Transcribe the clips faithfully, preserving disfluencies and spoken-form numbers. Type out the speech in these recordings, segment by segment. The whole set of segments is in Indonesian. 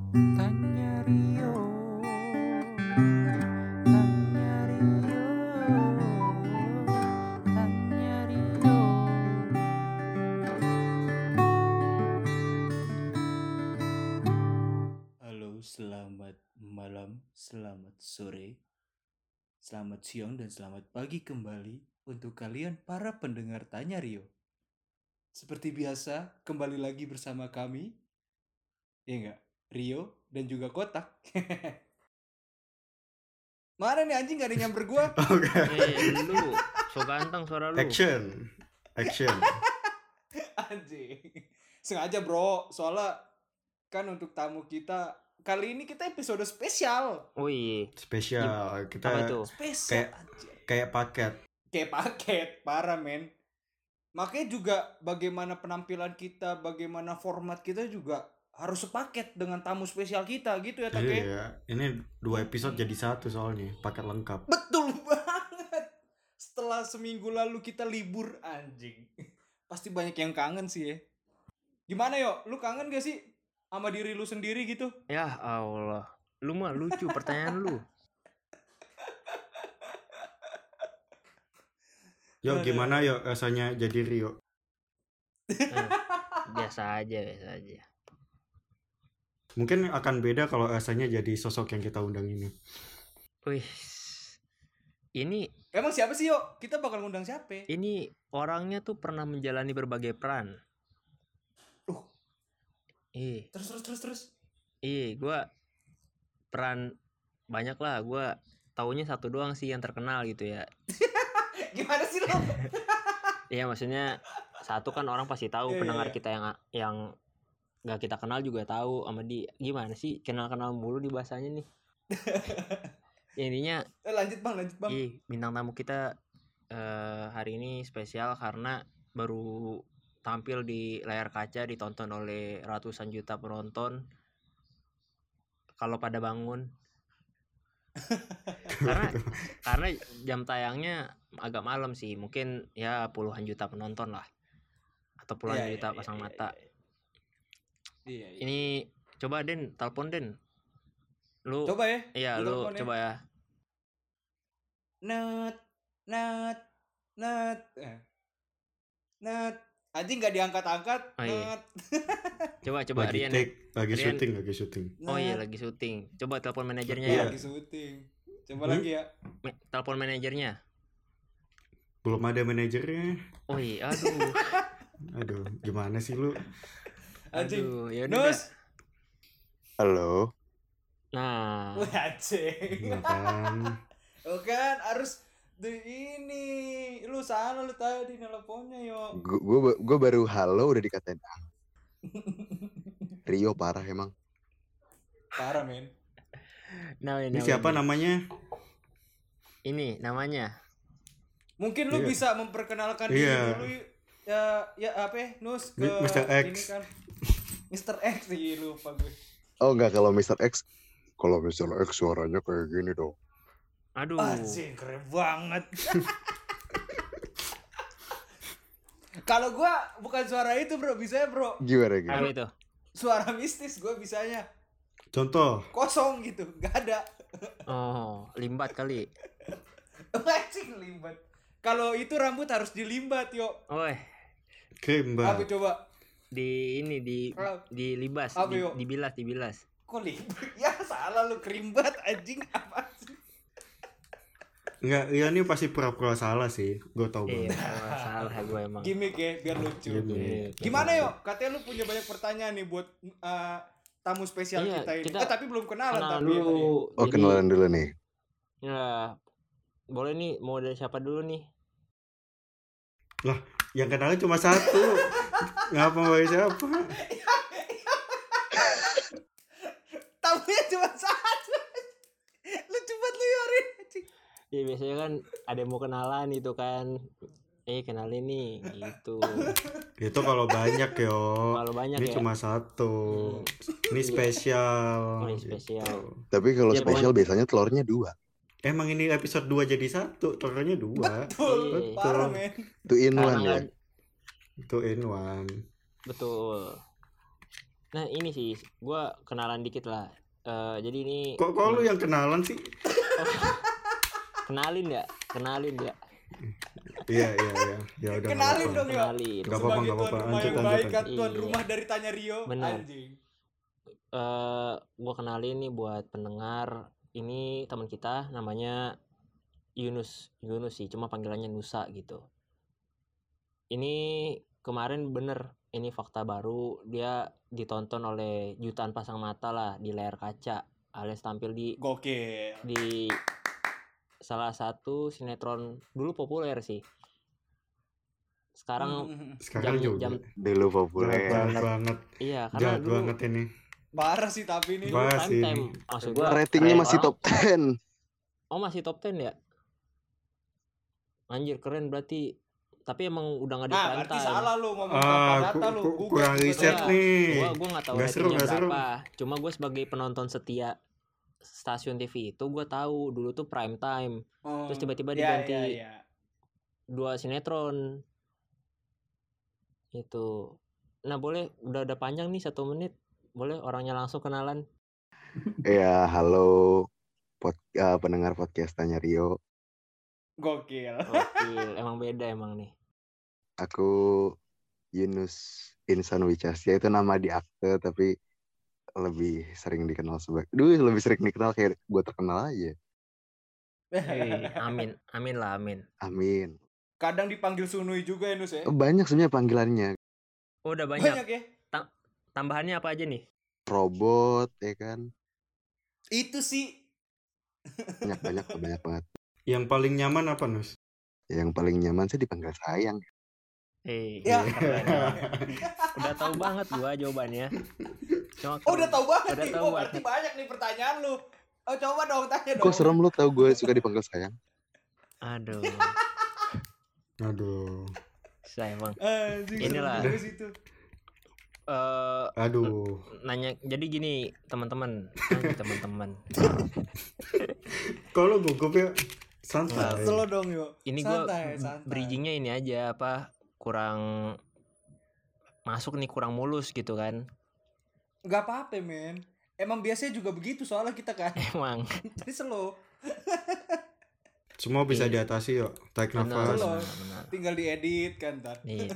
Tanya Rio, tanya Rio, tanya Rio. Halo, selamat malam, selamat sore, selamat siang, dan selamat pagi kembali untuk kalian para pendengar Tanya Rio. Seperti biasa, kembali lagi bersama kami, ya enggak, Rio dan juga Kotak. Mana nih anjing gak ada yang nyamper gua? Oke. Eh, lu so ganteng suara lu. Action. Action. Anjing. Sengaja bro, soalnya kan untuk tamu kita kali ini kita episode spesial. Oh iya. Spesial. Kita Apa itu? Spesial kayak anjing. kayak paket. Kayak paket, parah men. Makanya juga bagaimana penampilan kita, bagaimana format kita juga harus sepaket dengan tamu spesial kita gitu ya, Take. Iya, ini dua episode jadi satu soalnya, paket lengkap. Betul banget. Setelah seminggu lalu kita libur anjing. Pasti banyak yang kangen sih ya. Gimana yo? Lu kangen gak sih sama diri lu sendiri gitu? Ya Allah. Lu mah lucu pertanyaan lu. Yo, gimana yo rasanya jadi Rio? Eh, biasa aja, biasa aja. Mungkin akan beda kalau rasanya jadi sosok yang kita undang ini. Wih. Ini Emang siapa sih yo? Kita bakal ngundang siapa? ini orangnya tuh pernah menjalani berbagai peran. Uh. Ih, Terus terus terus terus. ih, gua peran banyak lah. Gua taunya satu doang sih yang terkenal gitu ya. Gimana sih lo? Iya, maksudnya satu kan orang pasti tahu, Iya, pendengar iya, iya. kita yang yang nggak kita kenal juga tahu sama dia. Gimana sih kenal-kenal mulu di bahasanya nih? Ya, intinya Eh, lanjut bang, lanjut bang. ih, bintang tamu kita eh, hari ini spesial karena baru tampil di layar kaca, ditonton oleh ratusan juta penonton. Kalau pada bangun, karena karena jam tayangnya agak malam sih, mungkin ya puluhan juta penonton lah, atau puluhan Iya, juta iya, pasang iya, mata. Iya, iya. Ini coba Den, telepon Den. Lu Coba ya. iya Lu lu telepon ya. coba ya. Nat, nat, nat, eh. nat. Anjing nggak diangkat-angkat. Oh, iya. Nat. Coba coba Lagi Rian. take, lagi Rian. syuting, lagi syuting. Oh iya, Nat. lagi syuting. Coba telepon manajernya Iya. ya. Lagi syuting. Coba Hmm? lagi ya. Me- telepon manajernya. Belum ada manajernya. Oh iya, aduh. Aduh, gimana sih lu? Anjing. Aduh, ya udah. Nus. Halo. Nah, Wah, anjing. Nah, kan. Oh kan harus di ini. Lu salah lu tadi nelponnya yo. Gue gue baru halo udah dikatain ah. Rio parah emang. Parah men. nah Ini siapa namanya? Ini namanya. Mungkin lu Iya. bisa memperkenalkan Iya. diri dulu ya, ya apa ya, Nus ke Mi- mister X. ini kan. mister X sih lupa gue. Oh enggak, kalau mister X. Kalau mister X suaranya kayak gini dong. Aduh. Anjing keren banget. Kalau gua bukan suara itu bro, bisanya bro Gimana Apa gimana? itu? suara mistis, gua bisanya Contoh. kosong gitu, nggak ada. Oh, limbat kali. Anjing limbat. Kalau itu rambut harus dilimbat yo. Woi, Krim, Apa Mbak. coba? di ini di Apa? di libas, Apa, di, yuk? dibilas, dibilas. Kok limbat? Ya salah lu, kerimbat anjing apa sih? Enggak, ya ini pasti pura-pura salah sih. Gue tau Iya, banget. salah gue emang. Gimik ya, biar lucu. Gimik. Gimana yo? Katanya lu punya banyak pertanyaan nih buat uh, tamu spesial Iya, kita ini. kita Eh, tapi belum kenalan Kenalan tapi ya tadi. dulu. Oh Jadi, kenalan dulu nih. ya, boleh nih, mau dari siapa dulu nih? Yang kenalnya cuma satu. Ngapa mau siapa? Tamunya cuma satu. Lucu banget lu Yorin. Ya biasanya kan ada yang mau kenalan itu kan. Eh, kenalin nih gitu. Itu kalau banyak yo. Kalau banyak Ini ya. cuma satu. Hmm. Ini Iya. spesial. Oh, ini spesial. Gitu. Tapi kalau Ya, spesial pokoknya- biasanya telurnya dua. Emang ini episode dua jadi satu, telurnya dua. Betul, Iya. parah men. Two in Karena one ya. kan- Itu in one. Betul. Nah ini sih, gue kenalan dikit lah. Uh, jadi ini. Kok kok lu yang kenalan sih? Oh, kenalin ya, kenalin ya. Iya iya iya. Ya udah. Kenalin dong ya. Kenalin. Gak apa-apa Sebagai gak tuan apa-apa. rumah Lanjut yang lanjut. baik kan, lanjut. tuan Iya. rumah dari Tanya Rio. Benar. Anjing. Uh, gue kenalin nih buat pendengar. Ini teman kita namanya Yunus. Yunus sih, cuma panggilannya Nusa gitu. Ini kemarin bener, ini fakta baru, dia ditonton oleh jutaan pasang mata lah di layar kaca, alias tampil di Gokil. di salah satu sinetron dulu populer sih. Sekarang Sekarang jam, juga. jam Dulu Jahat populer. banget. banget. iya karena Jahat dulu banget ini. Parah sih tapi ini. dulu Parah prime sih time, ini. maksud gua Ratingnya keren masih banget. top sepuluh. Oh masih top sepuluh ya? Anjir keren berarti. Tapi emang udah nggak di Nah, prime berarti time. salah lu ngomong Ah, tanpa ku- data lu. ku- Google kurang juga riset salah. nih. Gua gua nggak tahu Nggak seru, ratingnya nggak seru. berapa. Cuma gue sebagai penonton setia stasiun T V itu gue tahu dulu tuh prime time. Oh, Terus tiba-tiba ya, diganti ya, ya. dua sinetron. Itu. Nah boleh udah ada panjang nih satu menit. Boleh orangnya langsung kenalan. Ya, halo pod, uh, pendengar podcast Tanya Rio. Gokil. Gokil. Emang beda emang nih. Aku Yunus Insan Wicasya, itu nama di akte tapi lebih sering dikenal sebagai, duh lebih sering dikenal kayak gue terkenal aja. Hei, amin, amin lah amin. Amin. Kadang dipanggil Sunui juga ya Nus ya. Banyak sebenarnya panggilannya. Oh, udah banyak. Banyak ya. Ta- tambahannya apa aja nih? Robot ya kan. Itu sih. Banyak banyak banyak banget. Yang paling nyaman apa, Nus? Yang paling nyaman sih dipanggil sayang. Eh, Ya. keren. Udah tahu banget gua jawabannya. Cuma Oh, udah tahu banget Udah nih. tahu Oh, berarti banget. banyak nih pertanyaan lu. Oh, coba dong tanya dong. Kok serem lu tau gue suka dipanggil sayang? Aduh, Aduh. saya emang. Anjing, Inilah. serem juga sih itu. Eh, Aduh. nanya jadi gini teman-teman, Anjing, teman-teman. Kalau gugup ya santai. Slow dong yuk. Ini gua Santai, santai. bridgingnya ini aja apa kurang masuk nih, kurang mulus gitu kan. Gak apa-apa men. Emang biasanya juga begitu soalnya kita kan. Emang. Jadi slow. Semua bisa Iya. diatasi yuk. Tarik Benar, nafas. Slow. benar, benar. Tinggal diedit kan ntar. Nih,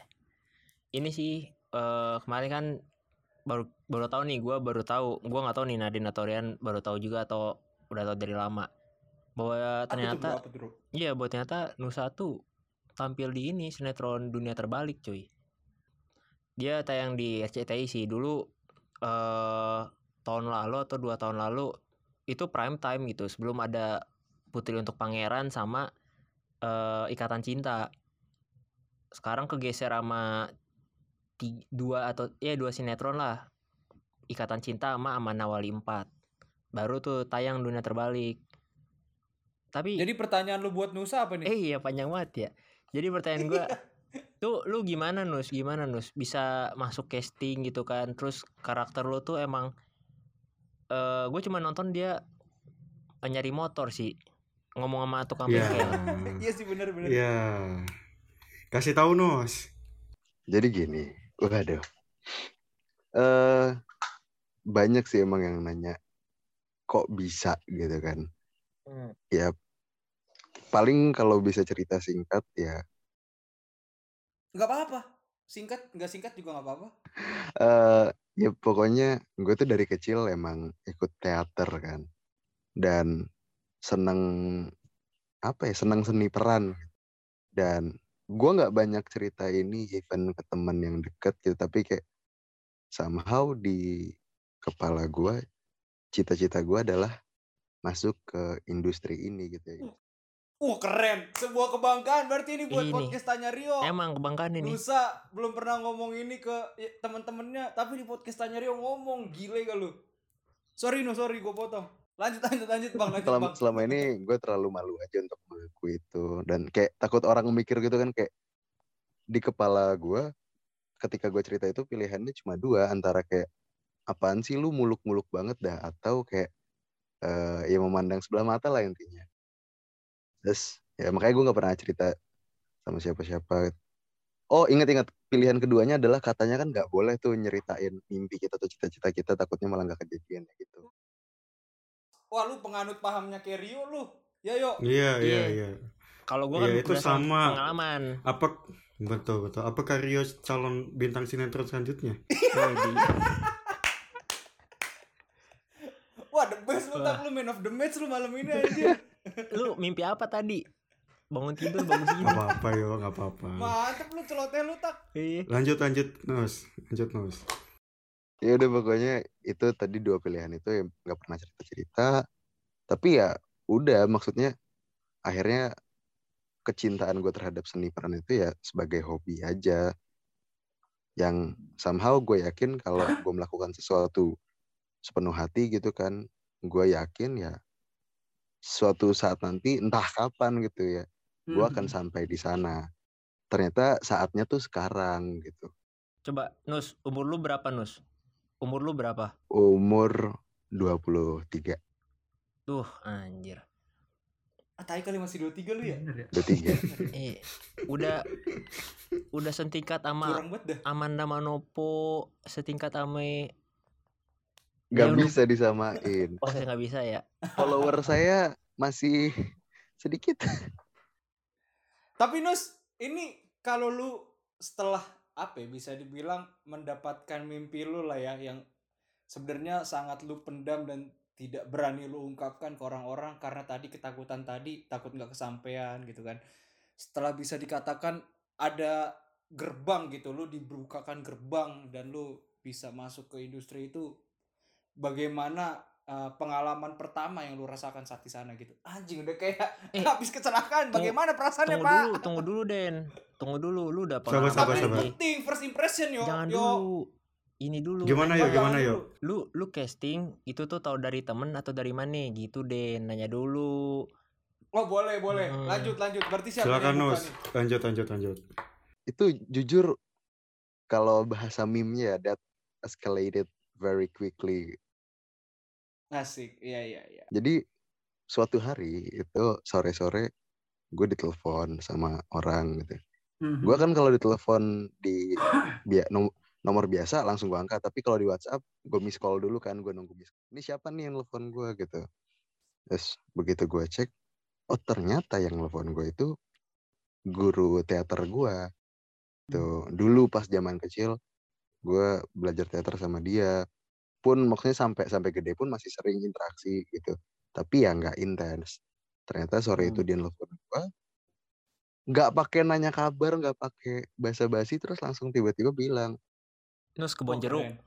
ini sih eh, kemarin kan baru baru tahu nih, gue baru tahu, gue nggak tahu nih Nadine atau Rian baru tahu juga atau udah tahu dari lama bahwa Apa tuh, bro? ternyata Apa tuh, bro? iya bahwa ternyata Nusa tuh tampil di ini sinetron Dunia Terbalik cuy. Dia tayang di R C T I sih dulu eh tahun lalu atau dua tahun lalu, itu prime time gitu sebelum ada Putri untuk Pangeran sama eh, Ikatan Cinta. Sekarang kegeser sama tiga, dua atau ya dua sinetron lah, Ikatan Cinta sama Amanah Wali empat. Baru tuh tayang Dunia Terbalik. Tapi Jadi pertanyaan lu buat Nusa apa nih? eh iya panjang banget ya. Jadi pertanyaan gue tuh, lu gimana Nus? Gimana Nus bisa masuk casting gitu kan? Terus karakter lu tuh emang eh gue cuma nonton dia eh, nyari motor sih, ngomong sama tukang Iya. bengkel. Iya sih benar-benar. Iya. Kasih tahu, Nus. Jadi gini, waduh. Eh banyak sih emang yang nanya kok bisa gitu kan. Hmm. Ya paling kalau bisa cerita singkat ya Gak apa-apa. Singkat, gak singkat juga gak apa-apa. eh ya pokoknya gue tuh dari kecil emang ikut teater kan. Dan seneng apa ya, seneng seni peran. Dan gue nggak banyak cerita ini even ke teman yang deket gitu, tapi kayak somehow di kepala gue cita-cita gue adalah masuk ke industri ini gitu ya. Uh keren. Sebuah kebanggaan berarti ini buat Ini. podcast Tanya Rio. Emang kebanggaan ini. Nusa belum pernah ngomong ini ke ya, teman-temannya, tapi di podcast Tanya Rio ngomong. Gile gak lu? Sorry no, sorry gue potong. Lanjut lanjut lanjut Bang, lanjut Selama, Bang. selama ini gue terlalu malu aja untuk mengakui itu. Dan kayak takut orang mikir gitu kan, kayak di kepala gue ketika gue cerita itu pilihannya cuma dua, antara kayak apaan sih lu muluk-muluk banget dah, atau kayak uh, ya memandang sebelah mata lah intinya. Terus ya makanya gue nggak pernah cerita sama siapa-siapa. Oh inget-inget pilihan keduanya adalah katanya kan nggak boleh tuh nyeritain mimpi kita atau cita-cita kita, takutnya malah nggak kejadian gitu. Wah, lu penganut pahamnya kayak Rio lu. Ya yuk. Iya, iya, Iya. iya. Kalau gue kan Iya, itu berdasarkan sama. pengalaman. Apa betul betul. Apakah Rio calon bintang sinetron selanjutnya? Wedi. Wah, the best lu, Wah. tak lu man of the match lu malam ini anjir. Lu mimpi apa tadi? Bangun tidur, bangun Nggak tidur. apa-apa yo, nggak apa-apa. Mantep lu celoteh lu tak. Iya. Lanjut lanjut Nus, lanjut Nus. Ya udah pokoknya itu tadi dua pilihan itu yang nggak pernah cerita-cerita. Tapi ya udah, maksudnya akhirnya kecintaan gue terhadap seni peran itu ya sebagai hobi aja. Yang somehow gue yakin kalau gue melakukan sesuatu sepenuh hati gitu kan, gue yakin ya suatu saat nanti entah kapan gitu ya, gue akan sampai di sana. Ternyata saatnya tuh sekarang gitu. Coba Nus, umur lu berapa Nus? Umur lu berapa? Umur dua puluh tiga. Tuh anjir. Ah, tai kali masih dua puluh tiga lu ya? Bener ya? dua puluh tiga. Eh, udah udah setingkat sama Curang banget dah. Amanda Manopo, setingkat sama Gak Ya, udah. bisa disamain. Oh, saya nggak bisa ya. Follower saya masih sedikit. Tapi Nus, ini kalau lu setelah apa ya, bisa dibilang mendapatkan mimpi lu lah ya, yang sebenarnya sangat lu pendam dan tidak berani lu ungkapkan ke orang-orang karena tadi ketakutan tadi, takut nggak kesampaian gitu kan. Setelah bisa dikatakan ada gerbang gitu, lu dibukakan gerbang dan lu bisa masuk ke industri itu, bagaimana uh, pengalaman pertama yang lu rasakan saat di sana gitu? Anjing, udah kayak Eh, habis kecelakaan. Bagaimana perasaannya, Tunggu Pak? dulu, tunggu dulu Den. Tunggu dulu, lu udah Sabar, pengalaman sabar, Tapi sabar. aja. penting first impression yo. Jangan yo. dulu. Ini dulu. Gimana nanya. yo, gimana Jangan yo? dulu. Lu lu casting itu tuh tahu dari temen atau dari mana gitu Den, nanya dulu. Oh, boleh, boleh. Hmm. Lanjut, lanjut. Berarti siapa Silakan yang buka Nus, nih? lanjut lanjut lanjut. Itu jujur kalau bahasa meme-nya that escalated very quickly. Asik. Iya, iya, iya. Jadi suatu hari itu sore-sore gue ditelepon sama orang gitu. Mhm. Gue kan kalau ditelepon di bia, nom- nomor biasa langsung gue angkat. Tapi kalau di WhatsApp gue miss call dulu kan, gue nunggu miss. Ini siapa nih yang telepon gue gitu. Terus begitu gue cek, oh ternyata yang telepon gue itu guru teater gue. Tuh dulu pas zaman kecil gue belajar teater sama dia. Pun maksudnya sampai sampai gede pun masih sering interaksi gitu. Tapi ya nggak intens. Ternyata sore Hmm. itu dia nelfon gue, nggak pakai nanya kabar, nggak pakai basa-basi, terus langsung tiba-tiba bilang, Nus Oh, kebon jeruk. keren.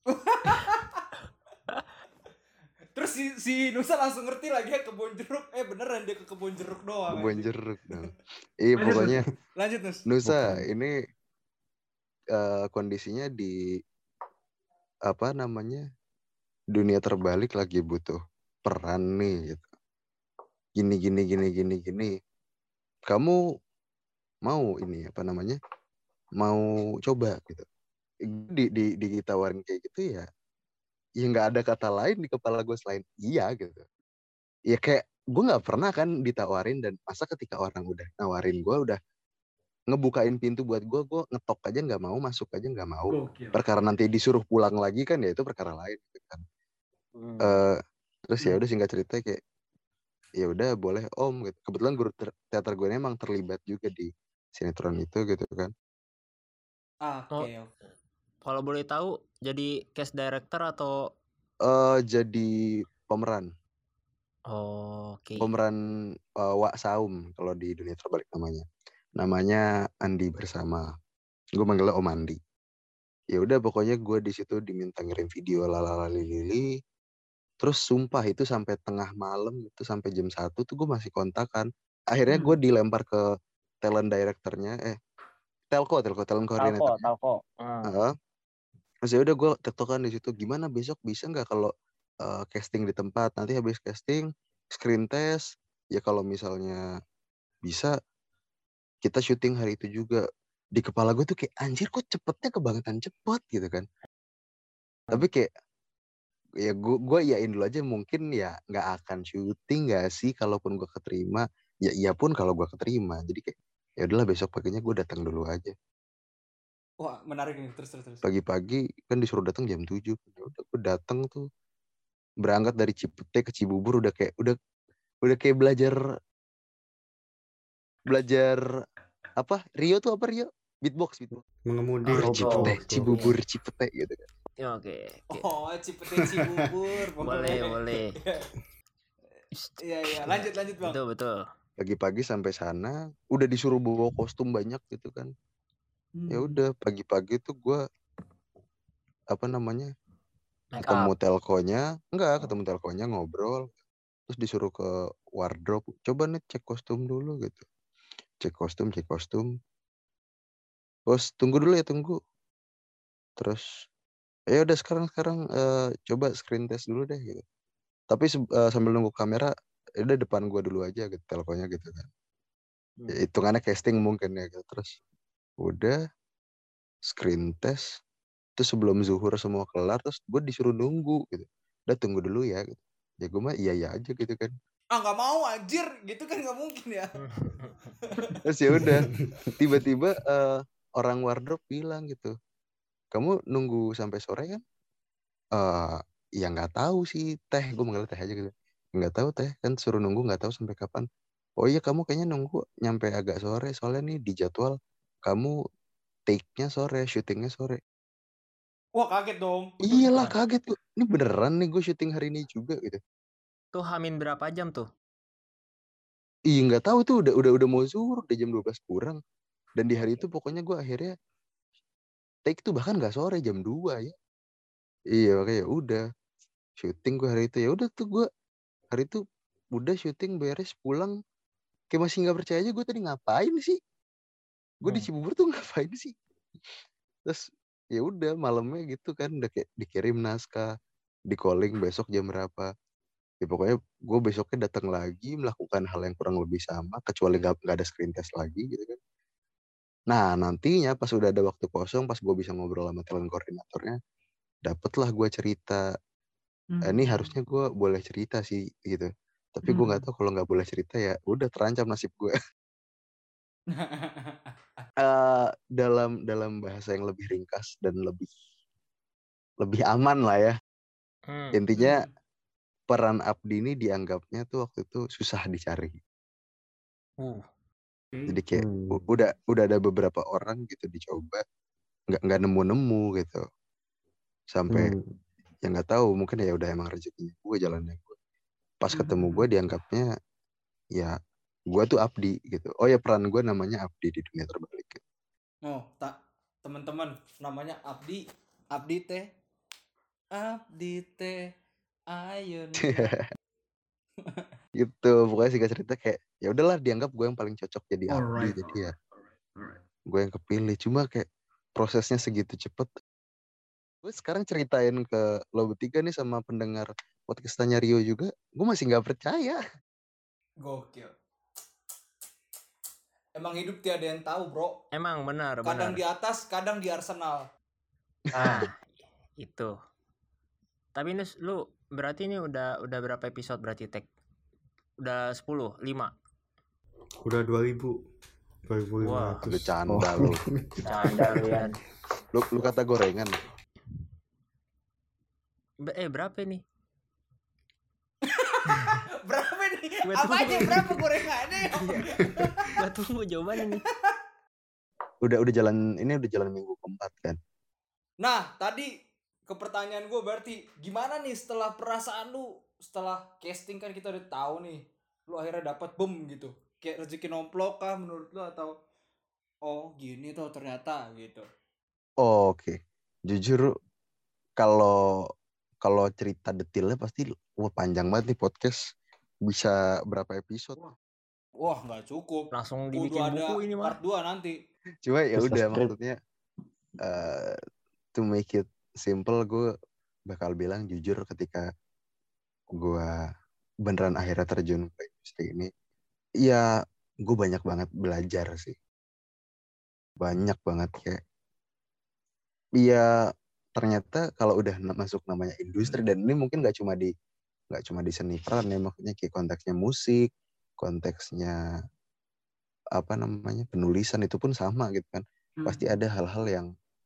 Terus si, si Nusa langsung ngerti lagi ya kebun jeruk. Eh beneran dia ke kebun jeruk doang. kebun anjing. jeruk dong. Iya Lanjut, pokoknya Lanjut, Nus. Nusa Bukan. ini eh, kondisinya di apa namanya dunia terbalik, lagi butuh peran nih gitu. Gini gini gini gini gini. Kamu mau ini apa namanya? Mau coba gitu. Di di ditawarin kayak gitu ya. Ya nggak ada kata lain di kepala gue selain iya gitu. Ya kayak gue nggak pernah kan ditawarin, dan masa ketika orang udah nawarin gue, udah ngebukain pintu buat gue, gue ngetok aja nggak mau, masuk aja nggak mau. Gokil. Perkara nanti disuruh pulang lagi kan ya itu perkara lain gitu kan. Hmm. Eh, terus ya udah singkat cerita kayak ya udah boleh om gitu. Kebetulan guru ter- teater gue ini emang terlibat juga di sinetron itu gitu kan. Ah, Oh. Oke, oke. Kalau boleh tahu jadi cast director atau Eh jadi pemeran oh, oke. pemeran eh, Wak Saum kalau di dunia terbalik namanya. Namanya Andi Bersama. Gue manggilnya Om Andi. Ya udah pokoknya gue di situ diminta ngirim video lalalali. Terus sumpah itu sampai tengah malam, itu sampai jam satu tuh gue masih kontakan. Akhirnya gue Hmm. dilempar ke talent directornya, eh telco, telco, talent coordinator. Talko, talko. Hmm. Heeh. Terus ya udah gue tektokan di situ, gimana besok bisa nggak kalau uh, casting di tempat, nanti habis casting screen test, ya kalau misalnya bisa kita syuting hari itu juga. Di kepala gue tuh kayak anjir kok cepetnya kebangetan cepet gitu kan. Tapi kayak ya gue gue iyain dulu aja, mungkin ya nggak akan syuting nggak sih kalaupun gue keterima. Ya iya pun kalau gue keterima. Jadi kayak ya udahlah besok paginya gue datang dulu aja. Wah, menarik nih. Terus terus terus. Pagi-pagi kan disuruh datang jam tujuh. Ya udah gue datang tuh, berangkat dari Cipete ke Cibubur udah kayak udah udah kayak belajar belajar apa? Rio tuh apa Rio? Beatbox beatbox. Mengemudi Oh, Cipete, betul. Cibubur, Cipete gitu kan. Ya, oke, oke. Oh, Cipete Cibubur. Boleh, boleh. Iya, iya. Lanjut, lanjut, Bang. Betul, betul. Pagi-pagi sampai sana udah disuruh bawa kostum banyak gitu kan. Hmm. Ya udah pagi-pagi tuh gue apa namanya? Make ketemu up. telkonya, enggak, ketemu telkonya ngobrol. Terus disuruh ke wardrobe, coba nih cek kostum dulu gitu. Cek kostum, cek kostum. Bos, tunggu dulu ya, tunggu. Terus ya udah sekarang sekarang eh, coba screen test dulu deh gitu. Tapi se- eh, sambil nunggu kamera, ya udah depan gua dulu aja gitu telkonya gitu kan. Hmm. Ya, hitungannya casting mungkin ya gitu. Terus udah screen test. Terus sebelum zuhur semua kelar, terus gue disuruh nunggu gitu. Udah tunggu dulu ya gitu. Ya gue mah iya iya aja gitu kan. Ah, nggak mau anjir. Gitu kan nggak mungkin ya. Terus ya udah tiba-tiba eh, orang wardrobe bilang gitu, kamu nunggu sampai sore kan? Eh ya nggak tahu sih teh, gue manggil teh aja gitu. Nggak tahu teh, kan suruh nunggu nggak tahu sampai kapan. Oh iya kamu kayaknya nunggu nyampe agak sore soalnya nih di jadwal kamu take-nya sore, syutingnya sore. Wah, kaget dong. Iyalah kaget gue. Ini beneran nih gue syuting hari ini juga gitu. Tuh hamin berapa jam tuh? Iya nggak tahu tuh udah udah udah mau zuhur, udah jam dua belas kurang. Dan di hari itu pokoknya gue akhirnya take tuh bahkan nggak sore jam dua ya. Iya makanya ya udah syuting gue hari itu ya udah tuh gue hari itu udah syuting beres pulang kayak masih nggak percaya aja gue tadi ngapain sih? Gue di Hmm. Cibubur tuh ngapain sih? Terus ya udah malamnya gitu kan udah kayak dikirim naskah, di calling besok jam berapa. Ya pokoknya gue besoknya datang lagi melakukan hal yang kurang lebih sama kecuali nggak nggak ada screen test lagi gitu kan. Nah nantinya pas udah ada waktu kosong, pas gue bisa ngobrol sama talent koordinatornya, dapetlah gue cerita. Eh, ini harusnya gue boleh cerita sih gitu. Tapi gue nggak tahu kalau nggak boleh cerita ya udah terancam nasib gue. Eh, dalam dalam bahasa yang lebih ringkas dan lebih lebih aman lah ya. Hmm. Intinya Hmm. peran Abdi ini dianggapnya tuh waktu itu susah dicari. Uh. Jadi kayak Hmm. u- udah udah ada beberapa orang gitu dicoba nggak nggak nemu-nemu gitu. Sampai Hmm. yang nggak tahu mungkin ya udah emang rezekinya gue jalannya gue. Pas Hmm, ketemu hmm, gue hmm. dianggapnya ya gue tuh Abdi gitu. Oh ya peran gue namanya Abdi di dunia terbalik. Gitu. Oh, tak teman-teman namanya Abdi. Abdi teh. Abdi teh. Ayo nih. Gitu pokoknya singkat cerita kayak ya udahlah dianggap gue yang paling cocok jadi Abdi jadi ya gue yang kepilih cuma kayak prosesnya segitu cepet. Gue sekarang ceritain ke lo bertiga nih sama pendengar podcast Tanya Rio juga, gue masih nggak percaya. Gokil. Emang hidup tiada yang tahu, bro. Emang benar, Kadang benar. di atas, kadang di Arsenal. Ah, itu. Tapi Nus, lu berarti ini udah udah berapa episode berarti tag? Udah sepuluh, lima. Udah dua ribu. dua ribu lima Wah, ratus. Bercanda lu. Canda lu Yan. Lu lu kata gorengan. Be- Eh berapa nih? Berapa nih? Gua Apa tunggu. aja berapa gorengannya? Gua tunggu jawabannya nih. Udah udah jalan ini udah jalan minggu keempat kan. Nah, tadi ke pertanyaan gue berarti gimana nih setelah perasaan lu setelah casting kan kita udah tahu nih lu akhirnya dapat boom gitu kayak rezeki nomplok kah menurut lu atau oh gini tuh ternyata gitu. Oh, oke. Okay. Jujur kalau kalau cerita detailnya pasti wah, panjang banget nih podcast. Bisa berapa episode? Wah nggak cukup, Langsung kudu dibikin ada buku ini mah. part dua nanti. Cuma ya Bisa udah script. maksudnya uh, to make it simple gue bakal bilang jujur ketika gue beneran akhirnya terjun ke industri ini ya gue banyak banget belajar sih, banyak banget kayak ya ternyata kalau udah masuk namanya industri dan ini mungkin nggak cuma di nggak cuma di seni peran ya maksudnya kayak konteksnya musik, konteksnya apa namanya penulisan itu pun sama gitu kan. Pasti ada hal-hal yang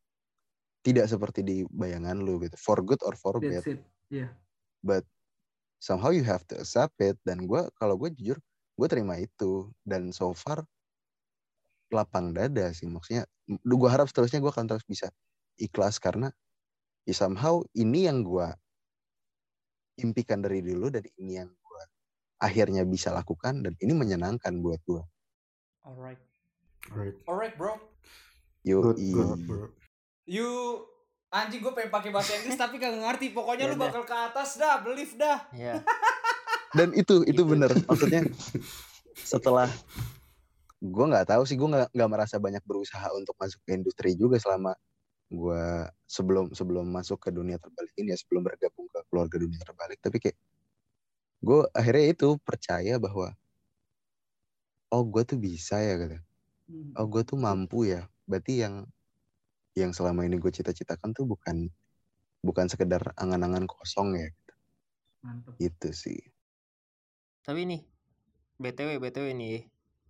tidak seperti di bayangan lu gitu, for good or for bad. That's it. Iya. But somehow you have to accept it. Dan gue, kalau gue jujur, gue terima itu. Dan so far lapang dada sih, maksudnya gue harap seterusnya gue akan terus bisa ikhlas, karena ya somehow ini yang gue impikan dari dulu, dan ini yang gue akhirnya bisa lakukan, dan ini menyenangkan buat gue. Alright. Alright. Alright, bro. Yo, Good, good, bro. You anjing, gue pengen pakai bahasa Inggris tapi gak ngerti. Pokoknya Ya lu udah. bakal ke atas dah, believe dah. Iya. Dan itu itu Itu. bener, maksudnya setelah gue nggak tahu sih, gue nggak nggak merasa banyak berusaha untuk masuk ke industri juga selama gue sebelum sebelum masuk ke dunia terbalik ini ya, sebelum bergabung ke keluarga dunia terbalik. Tapi kayak gue akhirnya itu percaya bahwa oh gue tuh bisa ya gitu, oh gue tuh mampu ya. Berarti yang yang selama ini gue cita-citakan tuh bukan bukan sekedar angan-angan kosong ya gitu. Mantep. Itu sih. Tapi nih, B T W B T W nih.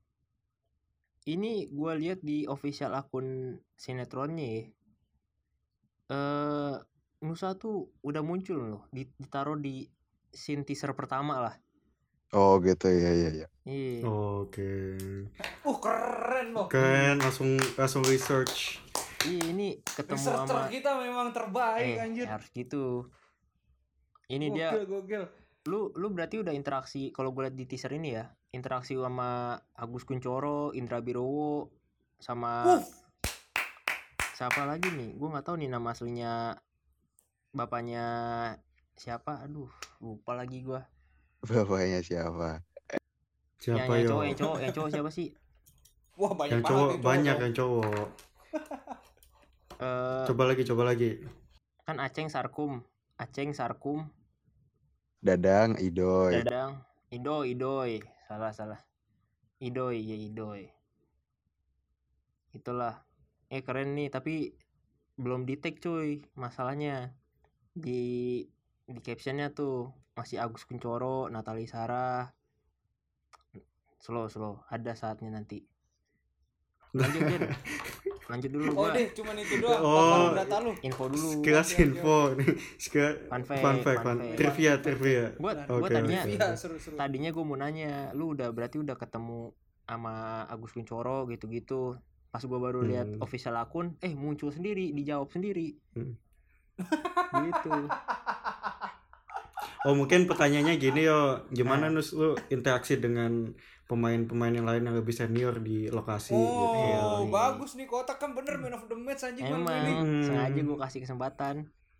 Ini gue lihat di official akun sinetronnya ya. Eh, Nusa tuh udah muncul loh, ditaruh di scene teaser pertama lah. Oh gitu ya ya ya. Iya. Oke. Uh, keren loh. Keren, langsung langsung research. Iya, ini ketemu Researcher sama kita memang terbaik, eh anjir. harus gitu. Ini Gokil, dia gokil. lu lu berarti udah interaksi, kalau gue liat di teaser ini ya, interaksi sama Agus Kuncoro, Indra Birowo, sama Wuff. siapa lagi nih, gue nggak tahu nih nama aslinya bapaknya siapa, aduh lupa lagi gue. Bapaknya siapa? Siapa yang, yang yo? cowok yang cowok yang cowok siapa sih? Wah, banyak Yang banget cowok itu, banyak bro. yang cowok. Eh, Coba lagi, coba lagi. kan Aceng Sarkum, Aceng Sarkum, Dadang, Idoy. Dadang, Idoy, Idoy, salah salah, Idoy ya Idoy. Itulah, eh keren nih, tapi belum di tag cuy, masalahnya di di captionnya tuh masih Agus Kuncoro, Natali Sarah. Slow slow, ada saatnya nanti. Lanjut Jen, lanjut dulu Oh gua. deh, cuman itu doang. Oh. Paparan data lu. Info dulu. Sekilas Oke, oke, info nih. Sekilas Fun fact, fun fact, fun fun fact. trivia, trivia. Gua gua Oke, tadinya oke. Iya, seru-seru. tadinya gue mau nanya, lu udah berarti udah ketemu sama Agus Kuncoro gitu-gitu. Pas gue baru lihat Hmm. official akun, eh muncul sendiri, dijawab sendiri. Hmm. Gitu. Oh mungkin pertanyaannya gini yo, gimana Nah. Nus lu interaksi dengan pemain-pemain yang lain yang lebih senior di lokasi Oh, gitu? Yoi. bagus nih, kotak kan bener man of the match anjing malam Emang ini. Hmm. sengaja gue kasih kesempatan.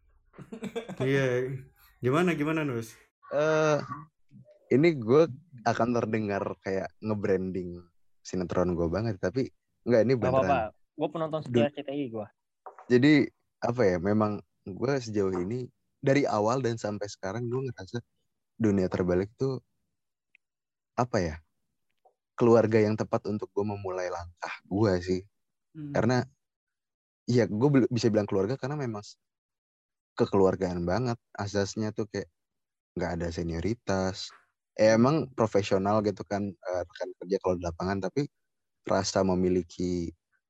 Iya, gimana gimana Nus? Eh, ini gue akan terdengar kayak nge-branding sinetron gue banget, tapi enggak, ini Gak beneran. apa-apa, gue penonton setia R C T I gue. Jadi apa ya, memang gue sejauh ini dari awal dan sampai sekarang gue ngerasa dunia terbalik tuh apa ya, keluarga yang tepat untuk gue memulai langkah gue sih. Hmm. Karena iya gue bel- bisa bilang keluarga karena memang kekeluargaan banget. Asasnya tuh kayak nggak ada senioritas. Eh, emang profesional gitu kan, eh, rekan kerja kalau di lapangan, tapi rasa memiliki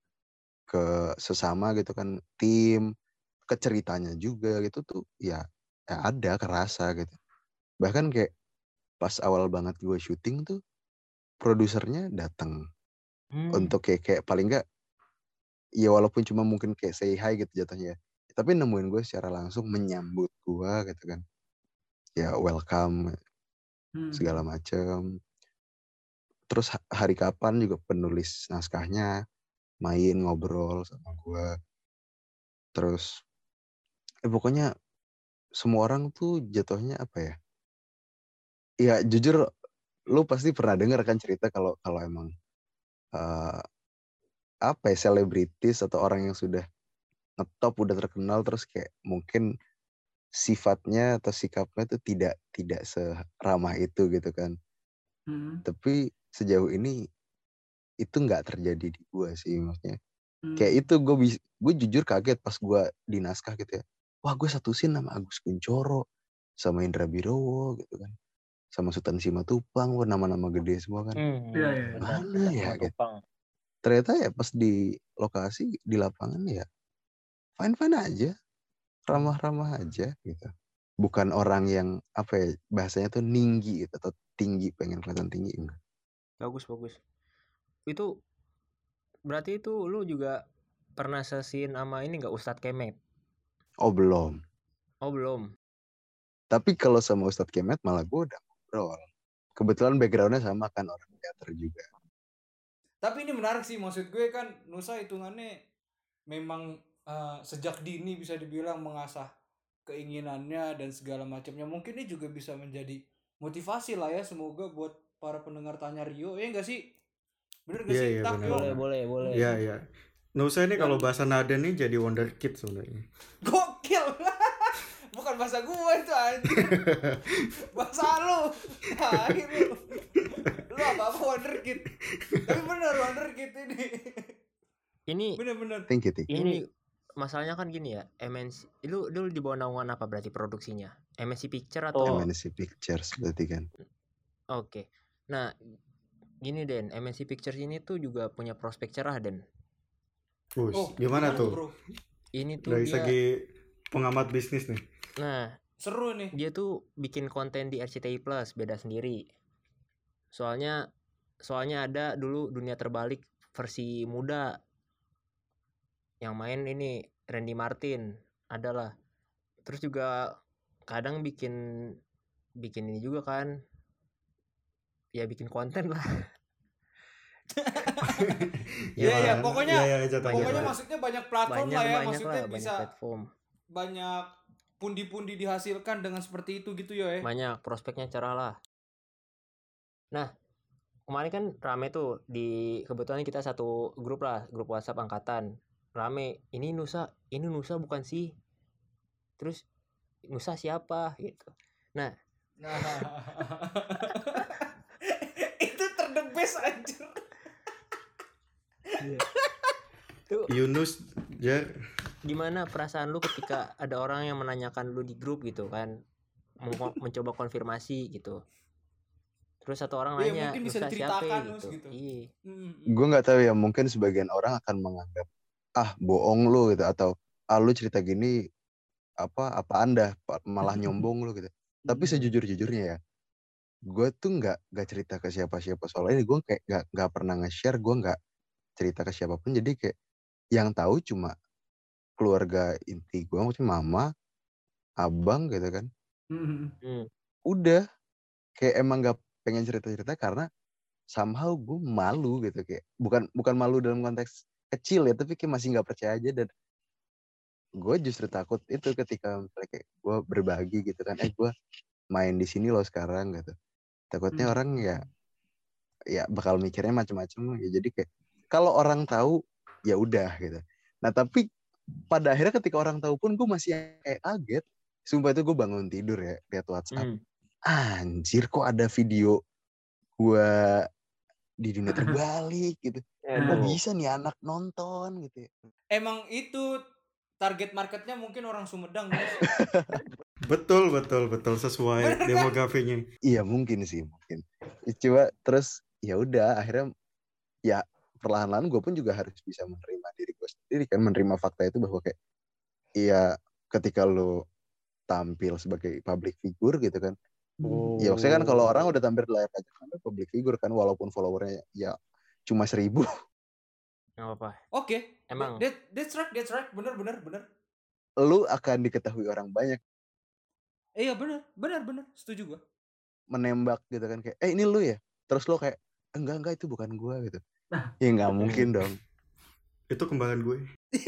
ke sesama gitu kan, tim, keceritanya juga gitu tuh ya, ya ada kerasa gitu. Bahkan kayak pas awal banget gue syuting tuh produsernya datang Hmm. untuk kayak kayak paling enggak ya walaupun cuma mungkin kayak say hi gitu jatuhnya, tapi nemuin gue secara langsung, menyambut gue gitu kan, ya welcome Hmm. segala macem. Terus ha- hari kapan juga penulis naskahnya main ngobrol sama gue. Terus eh pokoknya semua orang tuh jatuhnya apa ya, ya jujur lu pasti pernah dengar kan cerita kalau kalau emang eh, apa ya, selebritis atau orang yang sudah ngetop, udah terkenal, terus kayak mungkin sifatnya atau sikapnya tuh tidak tidak seramah itu gitu kan. Hmm. Tapi sejauh ini itu nggak terjadi di gue sih, maksudnya Hmm. kayak itu gue bis, gue jujur kaget pas gue di naskah gitu ya, wah gue satu scene sama Agus Kuncoro sama Indra Birowo gitu kan, sama Sultan Simatupang, wah nama-nama gede semua kan. Hmm, Iya, iya. benar. Mana ya gitu. Tupang. Ternyata ya pas di lokasi di lapangan ya fine-fine aja, ramah-ramah aja gitu. Bukan orang yang apa ya bahasanya tuh ninggi gitu atau tinggi, pengen kelihatan tinggi enggak. Bagus bagus. Itu berarti itu lu juga pernah sesin sama ini nggak Ustadz Kemet? Oh belum. Oh belum. Tapi kalau sama Ustadz Kemet malah gue udah ngobrol. Kebetulan backgroundnya sama kan, orang teater juga. Tapi ini menarik sih, maksud gue kan Nusa hitungannya memang uh, sejak dini bisa dibilang mengasah keinginannya dan segala macamnya. Mungkin ini juga bisa menjadi motivasi lah ya, semoga buat para pendengar Tanya Rio, ya enggak sih? Bener gak Iya, sih? iya, Tak, benar, Yo? Boleh benar. boleh boleh. Iya, iya. Nusa ini Dan- kalau bahasa nada nih jadi wonderkid sebenarnya. Gokil. Bukan bahasa gue itu anjir. Bahasa lu. Akhir lu. Lu apa-apa wonderkid. Tapi bener wonderkid ini. Ini Bener-bener. Thank you, thank you. ini masalahnya kan gini ya, M N C lu lu di bawah naungan apa berarti produksinya? M N C Picture atau Oh. M N C Pictures berarti kan. Oke. Nah, gini Den, M N C Pictures ini tuh juga punya prospek cerah Den. Wus, Oh, gimana tuh? bro? Ini tuh Dari dia segi pengamat bisnis nih. nah, Seru nih. dia tuh bikin konten di R C T I Plus beda sendiri. Soalnya soalnya ada dulu Dunia Terbalik versi muda. Yang main ini Randy Martin adalah. Terus juga kadang bikin bikin ini juga kan. Ya bikin konten lah. Iya, iya, Gimana? pokoknya Iya, iya, jatuh, pokoknya jatuh. maksudnya banyak platform Banyak lah ya, banyak maksudnya lah, banyak bisa platform. banyak pundi-pundi dihasilkan dengan seperti itu gitu ya. Banyak prospeknya cerah lah. Nah, kemarin kan rame tuh di kebetulan kita satu grup lah, grup WhatsApp angkatan. Rame, ini Nusa, ini Nusa bukan sih? Terus Nusa siapa gitu. Nah, Nah. Itu terdebes anjir. tuh Yunus, Jar. gimana perasaan lu ketika ada orang yang menanyakan lu di grup gitu kan, Meng- mencoba konfirmasi gitu. Terus satu orang Iya, nanya, mungkin bisa Nusa siapa diceritakan, Nus, gitu. gitu. Iya. Hmm. Gue nggak tahu ya, mungkin sebagian orang akan menganggap ah bohong lu gitu, atau ah lu cerita gini apa apa anda pa- malah nyombong lu gitu. Tapi sejujur-jujurnya ya, gue tuh nggak nggak cerita ke siapa-siapa soal ini. Gue kayak nggak nggak pernah nge-share, gue nggak cerita ke siapapun. Jadi kayak yang tahu cuma keluarga inti gue, maksudnya mama, abang gitu kan. Hmm. Udah kayak emang nggak pengen cerita-cerita karena somehow gue malu gitu, kayak bukan bukan malu dalam konteks kecil ya, tapi kayak masih nggak percaya aja. Dan gue justru takut itu ketika misalnya kayak gue berbagi gitu kan, eh gue main di sini loh sekarang gitu, takutnya Hmm. orang ya ya bakal mikirnya macam-macam ya. Jadi kayak kalau orang tahu ya udah gitu. Nah tapi pada akhirnya ketika orang tahu pun gue masih kayak kaget. Sumpah itu gue bangun tidur ya lihat WhatsApp, Hmm. anjir kok ada video gue di Dunia Terbalik gitu. Kok Aduh. bisa nih anak nonton gitu ya. Emang itu target marketnya mungkin orang Sumedang, Nus. Betul, betul, betul sesuai Bener kan? demografinya. Iya mungkin sih, mungkin. Ya, coba terus ya udah akhirnya ya perlahan-lahan gue pun juga harus bisa menerima diri gue sendiri kan, menerima fakta itu bahwa kayak iya ketika lo tampil sebagai public figure gitu kan. Oh. Ya maksudnya kan kalau orang udah tampil di layar kaca kan public figure kan, walaupun followernya ya cuma seribu. Nggak apa-apa. Oke. Emang. That, that's right, that's right. Bener, bener, bener. Lu akan diketahui orang banyak. Iya, bener, bener, bener. Setuju gue. Menembak gitu kan, kayak eh ini lu ya, terus lo kayak enggak enggak itu bukan gue gitu. Ya nggak mungkin dong. Itu kembaran gue.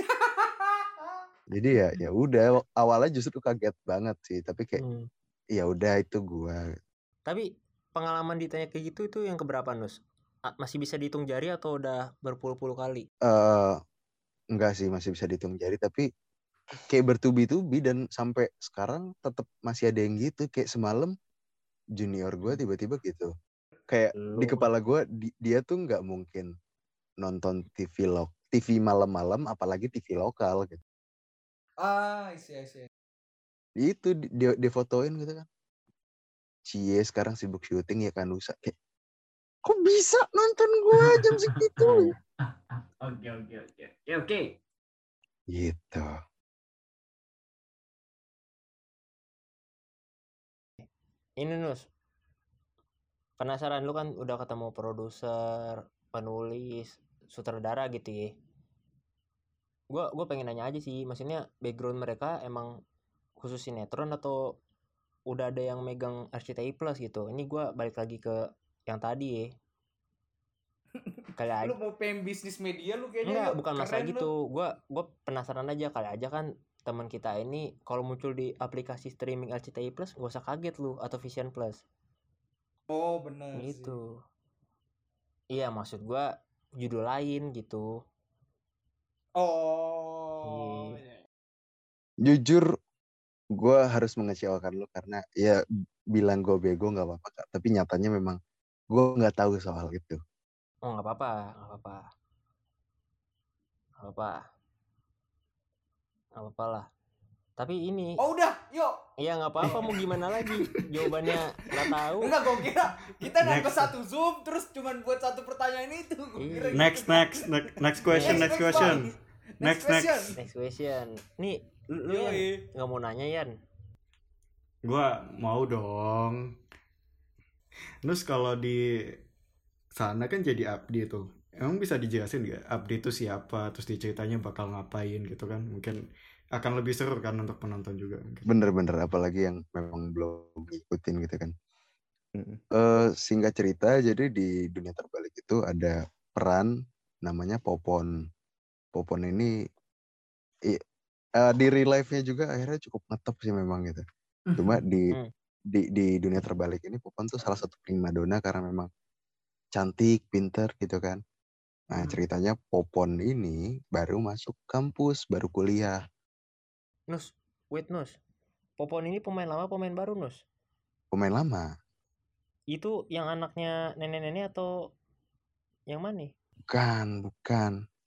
Jadi ya ya udah awalnya justru kaget banget sih, tapi kayak Hmm. ya udah itu gue. Tapi pengalaman ditanya kayak gitu itu yang keberapa, Nus? A- Masih bisa dihitung jari atau udah berpuluh-puluh kali? eh enggak sih, masih bisa dihitung jari, tapi kayak bertubi-tubi dan sampai sekarang tetap masih ada yang gitu. Kayak semalam junior gue tiba-tiba gitu, kayak di Lu. kepala gue di- dia tuh nggak mungkin nonton T V lo T V malam-malam, apalagi T V lokal gitu. Ah, isi, isi. Itu di- dia dia fotoin gitu kan, cie sekarang sibuk syuting ya kan Nusa, kayak kok bisa nonton gue jam segitu Oke oke oke oke oke. gitu. Ini Nus, penasaran lu kan udah ketemu produser, penulis, sutradara gitu ya. Gue gue pengen nanya aja sih, maksudnya background mereka emang khusus sinetron atau udah ada yang megang R C T I Plus gitu. Ini gue balik lagi ke yang tadi ya. Kali aja. Lu mau pengen bisnis media lu kayaknya Enggak, yuk. bukan masalah Keren gitu. lu. Gue gue penasaran aja, kali aja kan teman kita ini kalau muncul di aplikasi streaming R C T I Plus gak usah kaget lu, atau Vision Plus. Oh benar sih. Gitu. Iya, maksud gue judul lain gitu. Oh. Iya. Jujur, gue harus mengecewakan lu karena ya bilang gue bego nggak apa-apa, Kak. Tapi nyatanya memang gue nggak tahu soal itu. Oh, nggak apa-apa, nggak apa-apa, nggak apa-apa, nggak apa-apa lah. Tapi ini, Oh udah, yuk. iya nggak apa-apa, mau gimana lagi? Jawabannya nggak tahu. Enggak, gue kira kita nambah Next. satu zoom terus cuman buat satu pertanyaan itu. Gua Iya. kira Next, gitu. next, next, next question, next Bang. question. Next Next, question. next. Next question. Nih, lu, lu Yoi. Yan, nggak mau nanya Yan? Gua mau dong. Terus kalau di sana kan jadi abdi tuh. Emang bisa dijelasin gak abdi itu siapa? Terus diceritanya bakal ngapain gitu kan? Mungkin akan lebih seru kan untuk penonton juga. Mungkin. Bener-bener, apalagi yang memang belum ngikutin gitu kan. Mm-mm. Eh, singkat cerita, jadi di dunia terbalik itu ada peran namanya Popon. Popon ini i- eh, di real life-nya juga akhirnya cukup ngetop sih memang gitu. Cuma di Hmm. di di dunia terbalik ini Popon tuh salah satu primadona karena memang cantik, pinter gitu kan. Nah, ceritanya Popon ini baru masuk kampus, baru kuliah. Nus, wait Nus. Popon ini pemain lama, pemain baru Nus? Pemain lama. Itu yang anaknya nenek-nenek atau yang mana? Bukan, bukan.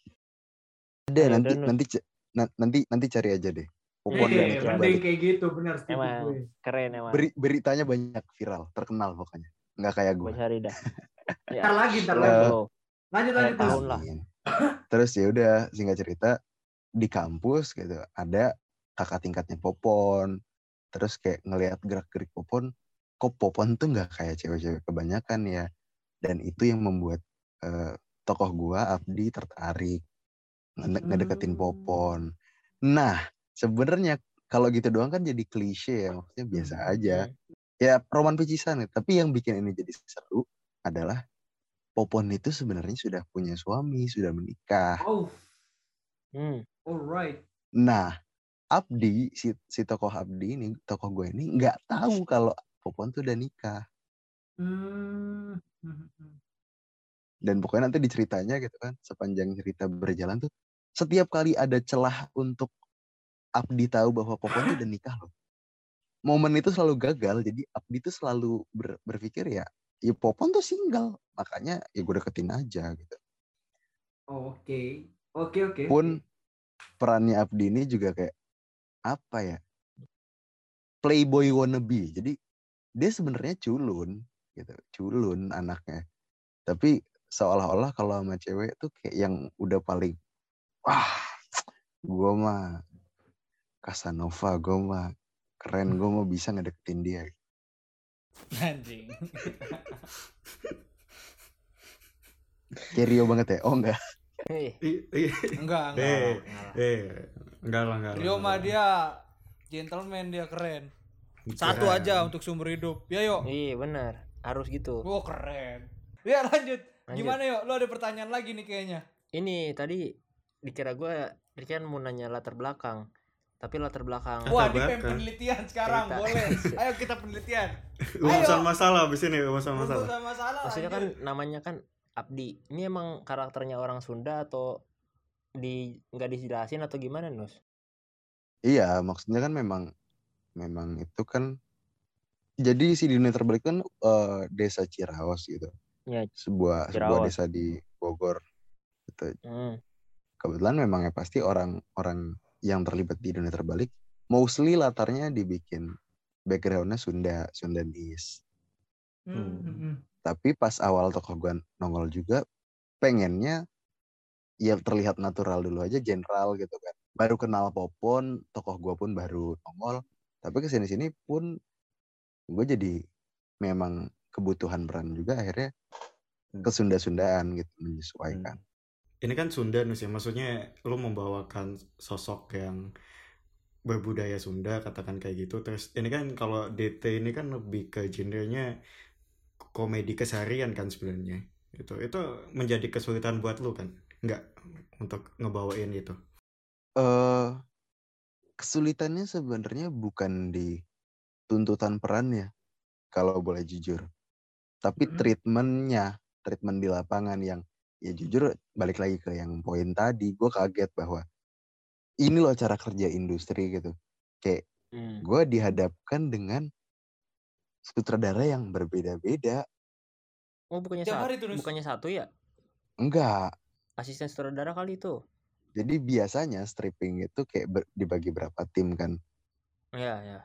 Ada Oh, nanti yaudah, Nus. nanti c- na- nanti nanti cari aja deh. Popon Iya, dan iya, terbalik. mending kayak gitu, benar setuju Emang gue. keren emang. Beri, beritanya banyak viral, terkenal pokoknya. Nggak kayak gue. Gue cari dah. Ya, Ntar lagi, ntar belum, lagi. belum. Lanjut Kayak lanjut terus. tahun lah. Amin. Terus ya udah, singkat cerita di kampus gitu ada kakak tingkatnya Popon. Terus kayak ngelihat gerak-gerik Popon, kok Popon tuh nggak kayak cewek-cewek kebanyakan ya. Dan itu yang membuat uh, tokoh gua Abdi tertarik ngede- ngedeketin Popon. Nah, sebenarnya kalau gitu doang kan jadi klise ya, maksudnya biasa aja. Hmm. Ya roman picisan ya. Tapi yang bikin ini jadi seru adalah Popon itu sebenarnya sudah punya suami, sudah menikah. Oh, Hmm. alright. Nah, Abdi, si, si tokoh Abdi ini, tokoh gue ini nggak tahu kalau Popon tuh udah nikah. Hmm. Dan pokoknya nanti diceritanya gitu kan, sepanjang cerita berjalan tuh, setiap kali ada celah untuk Abdi tahu bahwa Popon tuh udah nikah loh. Momen itu selalu gagal, jadi Abdi tuh selalu ber, berpikir ya, ya Popon tuh single, makanya ya gue deketin aja gitu. Oh, oke, oke, oke. Pun perannya Abdi ini juga kayak apa ya, playboy wannabe. Jadi dia sebenarnya culun, gitu, culun anaknya. Tapi seolah-olah kalau sama cewek tuh kayak yang udah paling, wah, gue mah Casanova, gue mah keren, gue mah bisa ngedeketin dia. Anjing. Kayak Rio banget ya? Oh enggak. Eh, I- i- Enggak, enggak. Eh, enggak lah. eh, enggak lah, enggak lah. Rio mah enggak lah. dia gentleman, dia keren. Satu Keren. aja untuk sumber hidup. Ya yuk. Iya benar, harus gitu. Wah, keren. Ya lanjut. Lanjut. Gimana yuk? Lo ada pertanyaan lagi nih kayaknya. Ini tadi dikira gue Rican mau nanya latar belakang, tapi latar belakang. Wah, Latar ini pengen belakang. penelitian sekarang. Cerita. Boleh. Ayo kita penelitian. Urusan Ayo. masalah abis ini, urusan masalah. Urusan masalah. Maksudnya kan lanjut. namanya kan Abdi. Ini emang karakternya orang Sunda atau di nggak dijelasin atau gimana Nus? Iya, maksudnya kan memang memang itu kan, jadi si dunia terbalik kan eh, desa Ciraos gitu. Ya. Sebuah sebuah Ciraos. desa di Bogor gitu. Hmm. Kebetulan memang ya pasti orang-orang yang terlibat di dunia terbalik mostly latarnya dibikin backgroundnya Sunda, Sundanese. Hmm, hmm, hmm. Tapi pas awal tokoh gue nongol juga pengennya ya terlihat natural dulu aja, general gitu kan. Baru kenal Popon, tokoh gue pun baru nongol. Tapi kesini-sini pun gue jadi memang kebutuhan peran juga akhirnya kesunda-sundaan gitu, menyesuaikan. Ini kan Sunda Nus ya, maksudnya lu membawakan sosok yang berbudaya Sunda, katakan kayak gitu. Terus ini kan kalau D T ini kan lebih ke genrenya komedi keseharian kan sebenarnya. Itu itu menjadi kesulitan buat lu kan? Enggak, untuk ngebawain itu. Eh kesulitannya sebenarnya bukan di tuntutan perannya, kalau boleh jujur. Tapi Mm-mm. treatmentnya, treatment di lapangan yang ya jujur balik lagi ke yang poin tadi, gue kaget bahwa ini loh cara kerja industri gitu. Kayak Hmm. gue dihadapkan dengan sutradara yang berbeda-beda. Oh bukannya Tiap satu, hari tuh, Nus. bukannya satu ya? Enggak. Asisten sutradara kali itu. Jadi biasanya stripping itu kayak ber- dibagi berapa tim kan. Iya ya.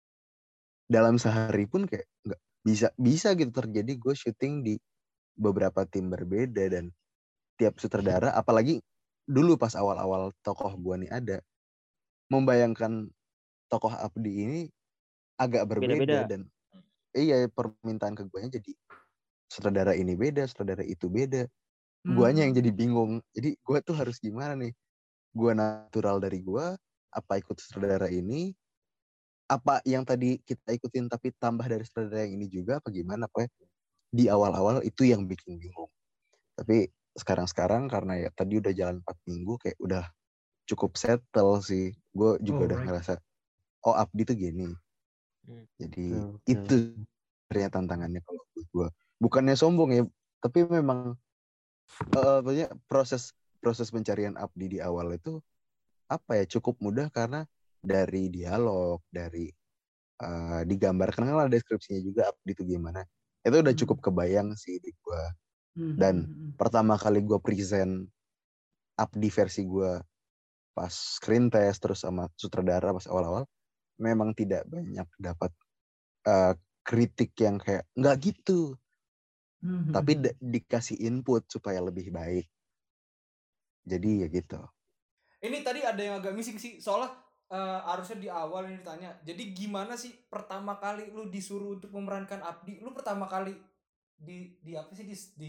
Dalam sehari pun kayak nggak bisa bisa gitu terjadi gue syuting di beberapa tim berbeda dan tiap sutradara, apalagi dulu pas awal-awal tokoh gue nih ada, membayangkan tokoh Abdi ini agak berbeda Beda-beda. dan iya permintaan ke gue jadi sutradara ini beda, sutradara itu beda. Guanya yang jadi bingung. Jadi gue tuh harus gimana nih? Gue natural dari gue, apa ikut sutradara ini? Apa yang tadi kita ikutin tapi tambah dari sutradara yang ini juga apa gimana? Apa di awal-awal itu yang bikin bingung. Tapi sekarang-sekarang karena ya tadi udah jalan empat minggu kayak udah cukup settle sih. Gue juga Oh, udah right. ngerasa oh Abdi tuh gini. Hmm. Jadi Oke. itu sebenarnya tantangannya kalau buat gue. Bukannya sombong ya, tapi memang uh, banyak proses proses pencarian Abdi di awal itu apa ya cukup mudah karena dari dialog, dari uh, digambarkan kan ada deskripsinya juga Abdi itu gimana. Itu udah cukup kebayang sih di gue. Dan pertama kali gue present Abdi versi gue pas screen test terus sama sutradara pas awal-awal memang tidak banyak dapat uh, kritik yang kayak nggak gitu. Tapi d- dikasih input supaya lebih baik. Jadi ya gitu. Ini tadi ada yang agak missing sih, soalnya uh, harusnya di awal ini ditanya. Jadi gimana sih pertama kali lu disuruh untuk memerankan Abdi? Lu pertama kali di di apa sih di, di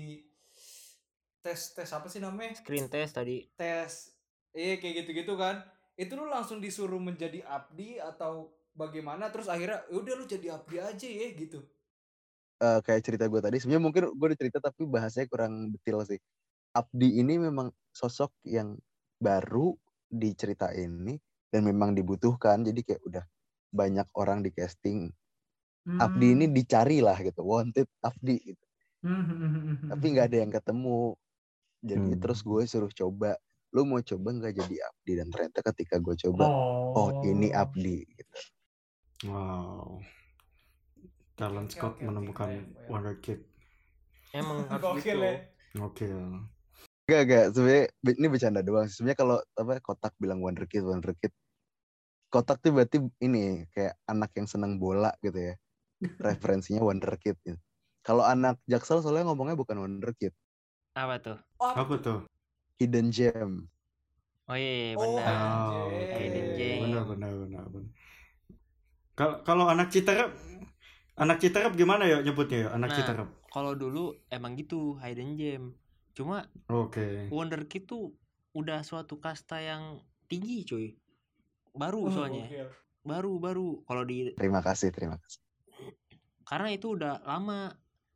tes tes apa sih namanya? Screen test tadi. Tes. Eh kayak gitu-gitu kan. Itu lu langsung disuruh menjadi Abdi atau bagaimana? Terus akhirnya udah lu jadi Abdi aja ya gitu. Uh, kayak cerita gue tadi, sebenarnya mungkin gue udah cerita tapi bahasanya kurang detail sih. Abdi ini memang sosok yang baru di cerita ini dan memang dibutuhkan. Jadi kayak udah banyak orang di casting. Hmm. Abdi ini dicari lah gitu, wanted Abdi gitu. Hmm. Tapi nggak ada yang ketemu. Jadi hmm. terus gue suruh coba, lu mau coba nggak jadi Abdi? Dan ternyata ketika gue coba, oh, oh ini Abdi gitu. Wow. Talent Oke, Scott oke, oke, menemukan keren, keren. Wonder Kid. Emang harus Gokil gitu. ya. Gokil. Enggak, enggak. Sebenarnya ini bercanda doang. Sebenarnya kalau apa Kotak bilang Wonder Kid, Wonder Kid. Kotak tuh berarti ini kayak anak yang seneng bola gitu ya. Referensinya Wonder Kid gitu. Kalau anak Jaksel soalnya ngomongnya bukan Wonder Kid. Apa tuh? Oh, Apa tuh? Hidden Gem. Oh iya Oh, benar. Oh, Hidden Hidden Gem. benar benar benar benar. Kalau kalau anak Citerep, anak Citerep gimana ya nyebutnya ya? Anak Nah, Citerep. kalau dulu emang gitu Hidden Gem. Cuma Oke. Okay. Wonder Kid tuh udah suatu kasta yang tinggi cuy. Baru oh, soalnya. gokil. Baru baru kalau di Terima kasih, terima kasih. karena itu udah lama.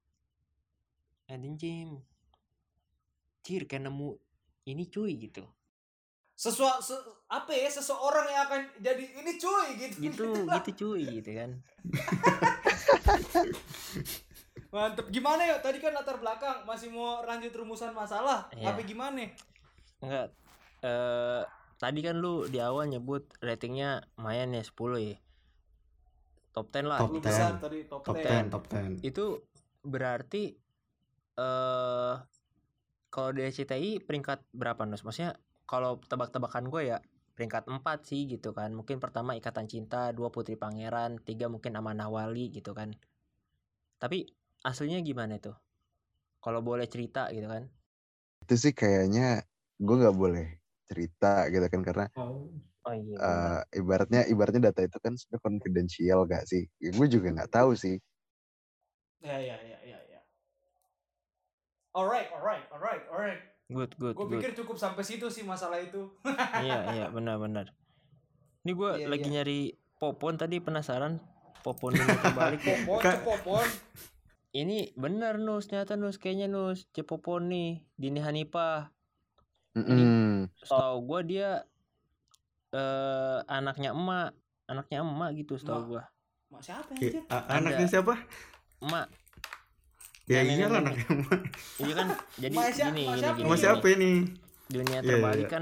Hidden Gem. Cir kayak nemu ini cuy gitu. Sesuatu se, apa ya seseorang yang akan jadi ini cuy gitu. Gitu gitu cuy gitu kan. Mantep. Gimana ya? Tadi kan latar belakang masih mau lanjut rumusan masalah. Iya. Apa gimana? Enggak. Eh tadi kan lu di awal nyebut ratingnya lumayan ya sepuluh ya. Top sepuluh lah. Top sepuluh ten. besar tadi top, Top ten. ten, top ten. Itu berarti eh kalau di R C T I peringkat berapa Nus? Maksudnya kalau tebak-tebakan gue ya peringkat empat sih gitu kan. Mungkin pertama Ikatan Cinta, dua Putri Pangeran, tiga mungkin Amanah Wali gitu kan. Tapi aslinya gimana tuh? Kalau boleh cerita gitu kan. Itu sih kayaknya gue gak boleh cerita gitu kan karena Oh, oh iya. uh, ibaratnya ibaratnya data itu kan sudah confidential gak sih? Ya, gue juga gak tahu sih. Ya ya ya ya ya. Alright, alright, alright, alright. Good, good, Gue good. pikir cukup sampai situ sih masalah itu. Iya, iya, benar-benar. Ini gue Iya, lagi iya. nyari popon tadi, penasaran popon dunia terbalik ya. Popon, Ka- cepopon. Ini benar Nus, ternyata Nus kayaknya Nus, Cepopon nih, Dini Hanifah. Mm-mm. Setahu gue dia eh anaknya emak, anaknya emak gitu Mak, setahu gue. mak siapa Ki- anjir? a- Ada. anaknya siapa? Emak. Ya Yang iyalah nenek-nenek. anaknya emak. Iya kan, jadi Emak siapa- gini, emak gini, siapa? gini. Sama Iya. siapa ini? Dunia Iya, terbalik iya. kan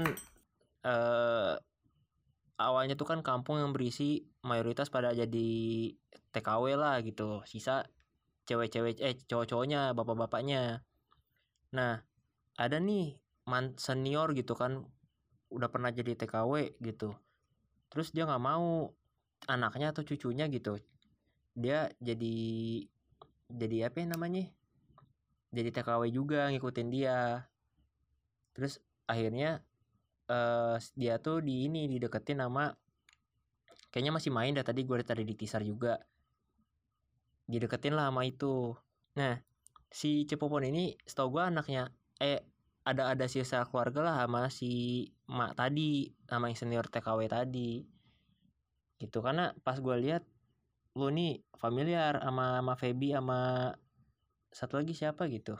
eh awalnya tuh kan kampung yang berisi mayoritas pada jadi T K W lah gitu. Sisa cewek-cewek eh cowok-cowoknya, bapak-bapaknya. Nah, ada nih man senior gitu kan, udah pernah jadi T K W gitu. Terus dia nggak mau anaknya atau cucunya gitu. Dia jadi jadi apa ya namanya? Jadi T K W juga, ngikutin dia. Terus akhirnya eh dia tuh di ini dideketin sama, kayaknya masih main dah, tadi gue liat tadi di teaser juga. Dideketin lah sama itu. Nah, si Cepopon ini setahu gue anaknya eh ada ada sisa keluarga lah sama si mak tadi, sama yang senior T K W tadi. Gitu, karena pas gue lihat lu nih familiar sama sama Feby sama satu lagi siapa gitu.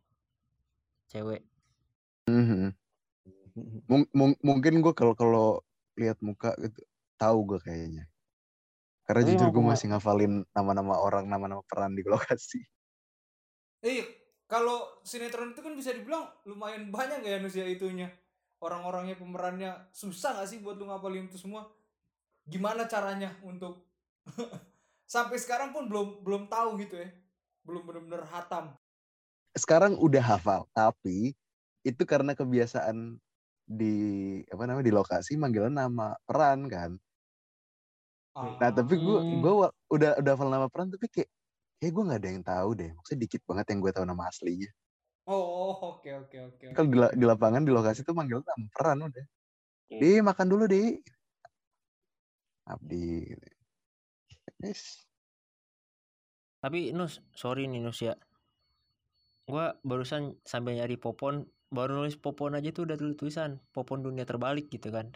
Cewek. Mhm. Mung- mung- mungkin gue kalau kalau lihat muka gitu tahu gue kayaknya. Karena Tapi jujur emang gue pema- masih ngafalin nama-nama orang, nama-nama peran di lokasi. Eh, kalau sinetron itu kan bisa dibilang lumayan banyak ya Nus ya itunya. Orang-orangnya, pemerannya susah gak sih buat lu ngapalin itu semua? Gimana caranya untuk sampai sekarang pun belum belum tahu gitu ya. Belum benar-benar hatam. Sekarang udah hafal, tapi itu karena kebiasaan di apa namanya di lokasi manggilnya nama peran kan. Nah tapi gue Hmm. gue udah udah hafal nama peran tapi kayak kayak gue nggak ada yang tahu deh. Maksudnya dikit banget yang gue tahu nama aslinya. Oh, oke oke oke. Kalau di, la- di lapangan di lokasi tuh manggil nama peran udah. Di makan dulu di. Abdi. Yes. Tapi Nus, sorry nih Nus ya. Gua barusan sambil nyari popon, baru nulis popon aja tuh udah tulis tulisan popon dunia terbalik gitu kan.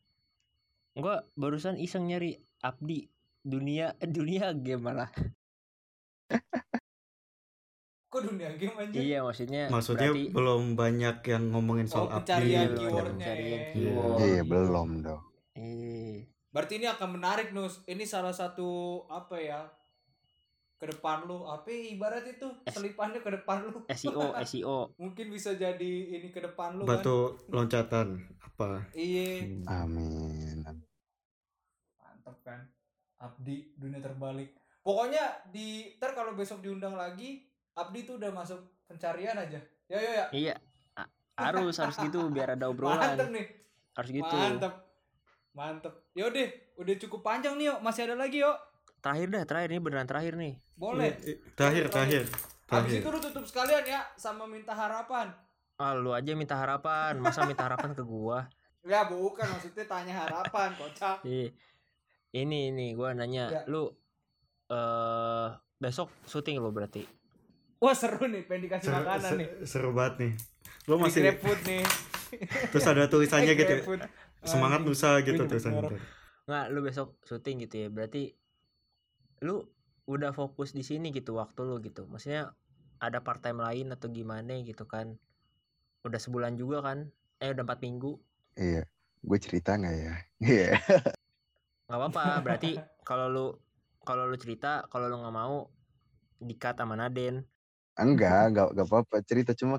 Gua barusan iseng nyari Abdi dunia eh, dunia game malah. Kok dunia game anjir? Iya, maksudnya Maksudnya berarti belum banyak yang ngomongin Oh, soal Abdi pencarian gitu. keywordnya. pencarian ya. keyword. Iya gitu. belum dong. Eh, Berarti ini akan menarik Nus. Ini salah satu apa ya? Ke depan lu. Apa ya, ibarat itu S- selipannya ke depan lu. S E O, S E O. Mungkin bisa jadi ini ke depan lu Batu kan. loncatan apa? Iya. Amin. Mantap kan. Abdi dunia terbalik. Pokoknya di ntar kalau besok diundang lagi, Abdi tuh udah masuk pencarian aja. Ya ya ya. Iya, a- harus harus gitu biar ada obrolan. Mantap nih. Harus gitu. Mantap. Mantap. Yaudah, udah cukup panjang nih, yuk. Masih ada lagi, yuk. Terakhir dah, terakhir nih beneran terakhir nih. Boleh. Eh, eh, Terakhir, terakhir, Habis terakhir. itu lu tutup sekalian ya sama minta harapan. Ah, lu aja minta harapan, masa minta harapan ke gua? Ya bukan, maksudnya tanya harapan, kocak. Ih, ini ini gua nanya, Ya. lu eh besok syuting lu berarti? Wah seru nih, pengen dikasih Seru, makanan se- nih. seru banget nih. Lo Di masih GrabFood nih. terus ada tulisannya gitu. GrabFood. Semangat Anjing. Nusa gitu Gue jadi tulisannya. ngorok. Nggak, lu besok syuting gitu ya. Berarti lu udah fokus di sini gitu waktu lu gitu. Maksudnya ada part time lain atau gimana gitu kan? Udah sebulan juga kan? Eh udah empat minggu. Iya. Gue cerita nggak ya? Iya. Nggak apa-apa. Berarti kalau lu kalau lu cerita, kalau lu nggak mau di-cut sama Naden. Enggak, enggak, enggak apa-apa. Cerita cuma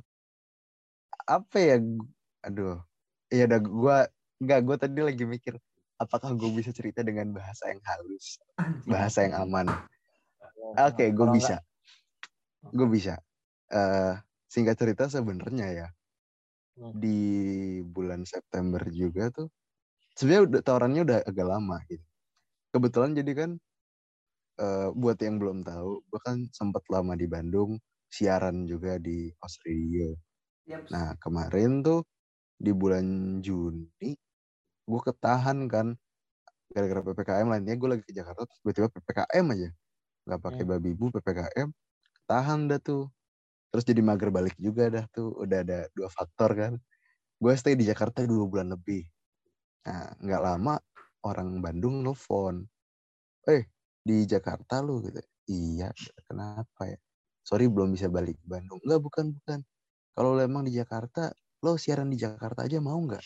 apa ya? Aduh. Iya udah gue enggak, gue tadi lagi mikir apakah gue bisa cerita dengan bahasa yang halus, bahasa yang aman. Oke, gue Kalau bisa. Gue bisa. Eh, singkat cerita sebenarnya ya Hmm. di bulan September juga tuh sebenarnya udah tawarannya udah agak lama gitu. Kebetulan jadi kan eh, buat yang belum tahu, gue kan sempat lama di Bandung, siaran juga di Australia. Nah kemarin tuh di bulan Juni gue ketahan kan gara-gara P P K M, lainnya gue lagi ke Jakarta terus tiba-tiba P P K M aja, nggak pakai Hmm. babi bu P P K M, tahan dah tuh. Terus jadi mager balik juga dah tuh. Udah ada dua faktor kan. Gue stay di Jakarta dua bulan lebih. Nah gak lama orang Bandung nelfon. Eh di Jakarta lu gitu. Iya kenapa ya? Sorry belum bisa balik ke Bandung. Enggak bukan bukan. Kalau lo emang di Jakarta, lo siaran di Jakarta aja mau gak?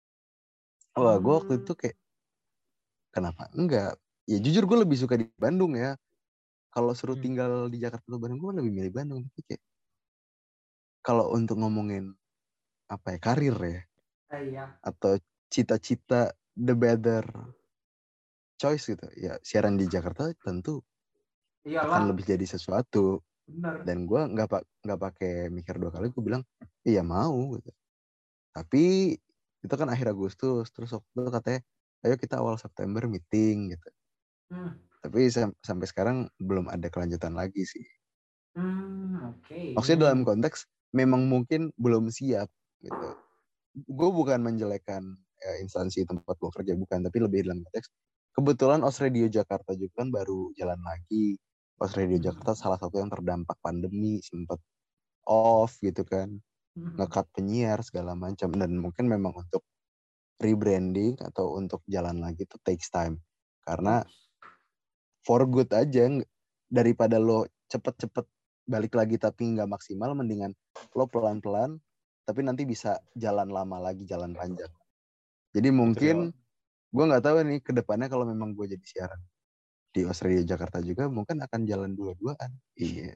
Wah gue waktu itu kayak kenapa? Enggak. Ya jujur gue lebih suka di Bandung ya. Kalau suruh Hmm. tinggal di Jakarta atau Bandung, gue lebih milih Bandung. Tapi kayak kalau untuk ngomongin apa ya karir ya, Ah, iya. atau cita-cita the better choice gitu, ya siaran di Jakarta tentu Iyalah. akan lebih jadi sesuatu. Bener. Dan gue nggak pak nggak pakai mikir dua kali, gue bilang iya mau gitu. Tapi itu kan akhir Agustus, terus waktu itu katanya ayo kita awal September meeting gitu. Hmm. Tapi sam- sampai sekarang belum ada kelanjutan lagi sih. Hmm, oke. Okay. Maksudnya dalam konteks memang mungkin belum siap gitu. Gue bukan menjelekkan ya, instansi tempat gue kerja, bukan, tapi lebih dalam konteks kebetulan Os Radio Jakarta juga kan baru jalan lagi. Os Radio Jakarta salah satu yang terdampak pandemi, sempat off gitu kan, nge-cut penyiar segala macam, dan mungkin memang untuk rebranding atau untuk jalan lagi itu takes time. Karena for good aja, daripada lo cepet-cepet balik lagi tapi nggak maksimal, mendingan lo pelan-pelan tapi nanti bisa jalan lama lagi, jalan panjang. Jadi mungkin gue nggak tahu nih kedepannya kalau memang gue jadi siaran di Os Radio Jakarta juga mungkin akan jalan dua-duaan. Iya.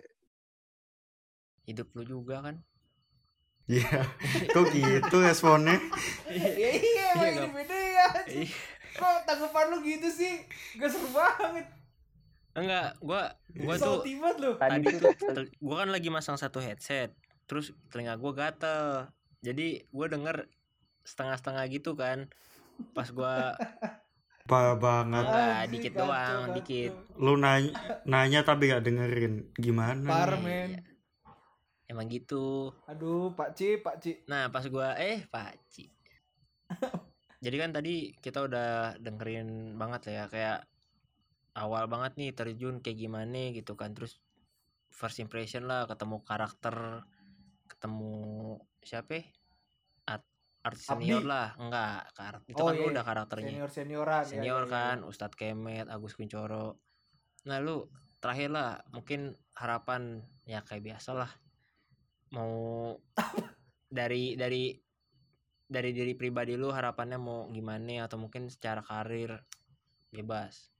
Hidup lu juga kan. Iya. Kok gitu responnya? Iya, iya, emang ini beda ya. Kok tanggapan lu gitu sih? Gak seru banget. Enggak, gua gua So tuh tiba lu. tadi tuh tel- gua kan lagi masang satu headset. Terus telinga gua gatel. Jadi gua denger setengah-setengah gitu kan. Pas gua Parah banget. enggak Anjing, dikit kacau, doang, kacau. dikit. Lu nanya, nanya tapi gak dengerin. Gimana? Parah, nih? men. Iya. Emang gitu. Aduh, Pak C, Pak C. Nah, pas gua eh Paci. Jadi kan tadi kita udah dengerin banget lah ya, kayak awal banget nih terjun kayak gimana gitu kan. Terus first impression lah, ketemu karakter, ketemu siapa ya? Art- artis Abdi. senior lah. Enggak, karakter itu Oh, kan iya. udah karakternya. Senior-senioran. ya, Senior ya, ya, kan, ya. Ustadz Kemet, Agus Kuncoro. Nah, lu terakhir lah, mungkin harapan ya kayak biasa lah. Mau dari dari dari diri pribadi lu harapannya mau gimana, atau mungkin secara karir bebas.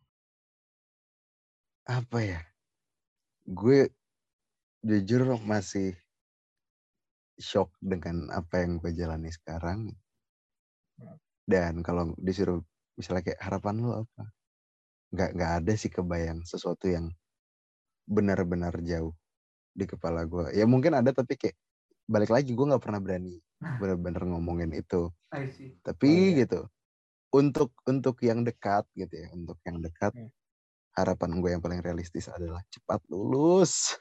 Apa ya? Gue jujur masih shock dengan apa yang gue jalani sekarang. Dan kalau disuruh misalnya kayak harapan lu apa? Nggak, nggak ada sih kebayang sesuatu yang benar-benar jauh di kepala gue. Ya mungkin ada tapi kayak balik lagi gue nggak pernah berani benar-benar ngomongin itu. I see. Tapi Oh, iya. gitu untuk untuk yang dekat gitu ya, untuk yang dekat Hmm. harapan gue yang paling realistis adalah cepat lulus.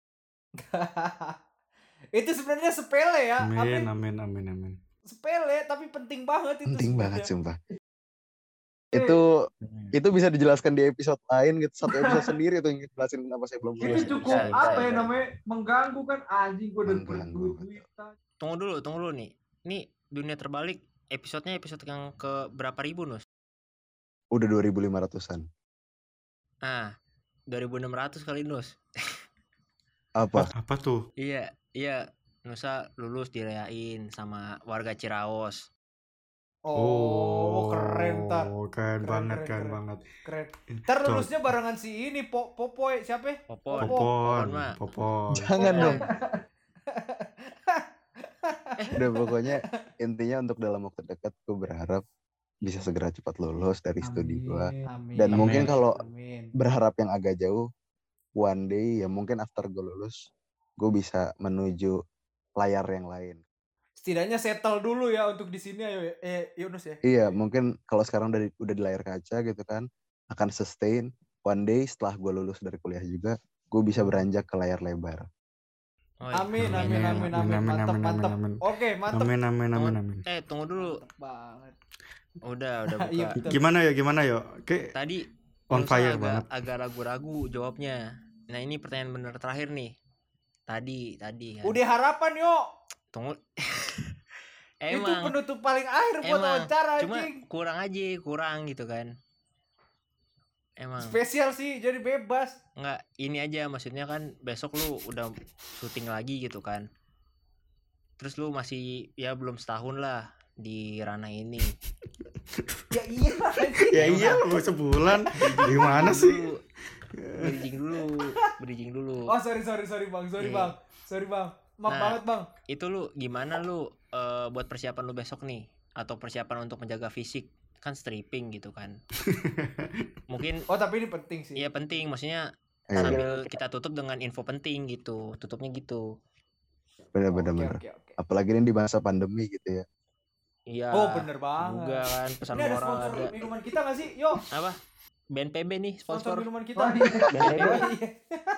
Itu sebenarnya sepele ya. Amin, Apa- amin, amin, amin. Sepele tapi penting banget itu. Penting sebenarnya. banget sumpah. Itu itu bisa dijelaskan di episode lain gitu, satu episode sendiri tuh yang jelasin kenapa saya belum Itu lulus. cukup Bisa, bisa, apa ya bisa. namanya, mengganggu kan, anjing gue udah Mengganggu, duit-duitan. Tunggu dulu, tunggu dulu nih. Ini dunia terbalik episodenya episode yang ke berapa ribu, Nus? Udah dua ribu lima ratusan. Nah, dua ribu enam ratus kali, Nus. Apa? Apa tuh? Iya, iya. Nusa lulus dirayain sama warga Ciraos. Oh, keren tar. Keren, Keren, banget, keren, keren, keren. banget. Keren. Ntar Tuh. lulusnya barengan si ini, po Popoy, siapa? ya? Popon. Popon. Popon, Mah. popon. Jangan Popon. dong. Udah pokoknya intinya untuk dalam waktu dekat gue berharap bisa segera cepat lulus dari studi gue. Amin. Dan Amin. mungkin kalau Amin. berharap yang agak jauh, one day ya mungkin after gue lulus, gue bisa menuju layar yang lain. Setidaknya settle dulu ya untuk di sini, ayo eh Yunus ya. Iya, mungkin kalau sekarang udah di, udah di layar kaca gitu kan, akan sustain. One day setelah gue lulus dari kuliah juga, gue bisa beranjak ke layar lebar. Oh, iya. Amin, amin, amin, amin, Amin, mantap, amin, mantap. amin, amin. Oke, mantap. Amin, amin, amin, amin. Eh, tunggu dulu. Banget. Udah, udah buka. Iya, betul. Gimana ya, gimana ya? Kayak Tadi on Nusa fire agak, banget. agak ragu-ragu jawabnya. Nah, ini pertanyaan bener terakhir nih. Tadi, tadi kan. Udah harapan yuk. Tunggu. Itu Emang, penutup paling akhir buat emang. wawancara Cuma anjing. kurang aja, kurang gitu kan. Emang. Spesial sih, jadi bebas. Enggak, ini aja maksudnya kan besok lu udah syuting lagi gitu kan. Terus lu masih ya belum setahun lah di ranah ini. Ya iya anjing. Ya iya mau sebulan. Gimana sih? Bridging dulu, bridging dulu. Oh sorry sorry sorry bang, sorry Iya. bang, sorry bang, maaf Nah. banget bang. Itu lu gimana lu eh, buat persiapan lu besok nih, atau persiapan untuk menjaga fisik, kan stripping gitu kan. Mungkin Oh tapi ini penting sih. iya penting, maksudnya Iya. sambil kita tutup dengan info penting gitu, tutupnya gitu. Bener-bener. Oke, bener. oke, oke. Apalagi ini di masa pandemi gitu ya. Iya. Oh bener banget. Juga kan pesan Ini ada moral sponsor ada. minuman kita nggak sih? Yo, Apa? B N P B nih sponsor sponsor. minuman kita. B N P B. Oh, iya.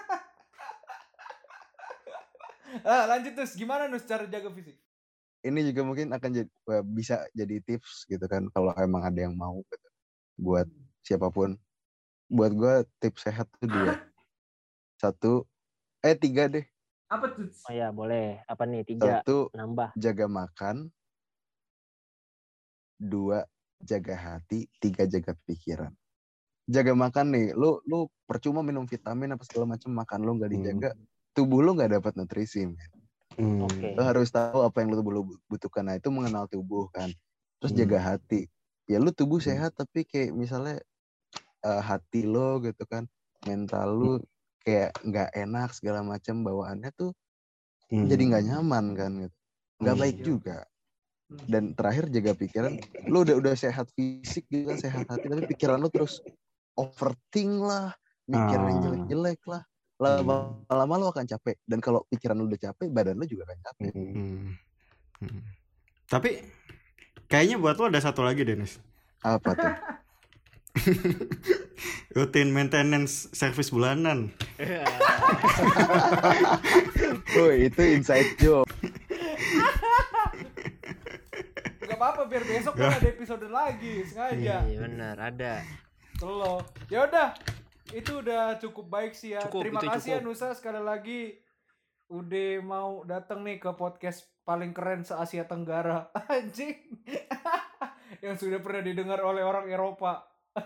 Ah, lanjut Nus, gimana Nus cara jaga fisik? Ini juga mungkin akan jadi bisa jadi tips gitu kan kalau emang ada yang mau gitu. Buat siapapun. Buat gue tips sehat tuh dua. Satu, eh tiga deh. Apa tuh? Oh ya boleh. Apa nih tiga Satu, nambah. jaga makan. Dua, jaga hati. Tiga, jaga pikiran. Jaga makan nih, lu lu percuma minum vitamin apa segala macam, makan lu nggak dijaga, tubuh lu nggak dapat nutrisi. Men. Hmm. Oke. Lu harus tahu apa yang lu tubuh lu butuhkan. Nah itu mengenal tubuh kan. Terus Hmm. jaga hati. Ya lu tubuh Hmm. sehat tapi kayak misalnya uh, hati lo gitu kan, mental lu kayak nggak enak segala macam, bawaannya tuh Hmm. jadi nggak nyaman kan gitu. Nggak Hmm. baik juga. Dan terakhir jaga pikiran. Lu udah udah sehat fisik gitu kan, sehat hati, tapi pikiran lu terus overthink lah, mikirin Ah. jelek-jelek lah. Lama-lama lu akan capek. Dan kalau pikiran lu udah capek, badan lu juga akan capek. Hmm. Hmm. Tapi kayaknya buat lo ada satu lagi Dennis. Apa tuh? Rutin maintenance service bulanan. Oh itu inside joke. Gak apa-apa biar besok kan ada episode lagi sengaja. Iya benar ada. Selo. Ya udah. Itu udah cukup baik sih ya. Cukup, Terima itu kasih ya cukup. Nusa sekali lagi udah mau datang nih ke podcast paling keren se-Asia Tenggara. Anjing. Yang sudah pernah didengar oleh orang Eropa.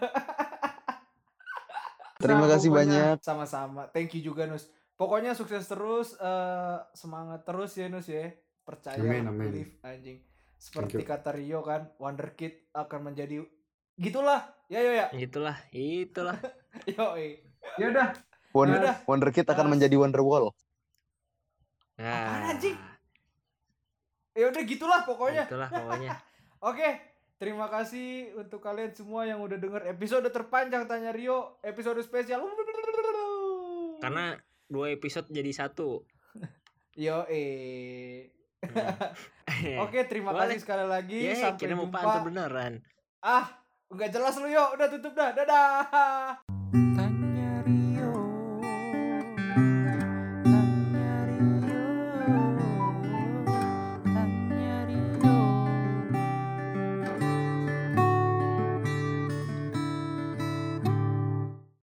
Terima Nah, kasih pokoknya banyak. Sama-sama. Thank you juga Nus. Pokoknya sukses terus, eh, semangat terus ya Nus ya. Percaya, Amin, amin. believe anjing. Seperti Thank you. kata Rio kan, Wonderkid akan menjadi gitulah. Ya yo ya. Itulah, itulah. Yo eh. Ya udah. Wonder, Yaudah. Wonderkid akan Mas. menjadi Wonderwall. Nah, anjing? Ya udah gitulah pokoknya. itulah pokoknya. Oke, terima kasih untuk kalian semua yang udah denger episode terpanjang Tanya Rio, episode spesial. Karena dua episode jadi satu. Yo eh. Hmm. Oke, terima Boleh. kasih sekali lagi. Yeay, Sampai kira mau jumpa. pantun beneran. Ah, nggak jelas lu yo. Udah tutup dah. Dadah.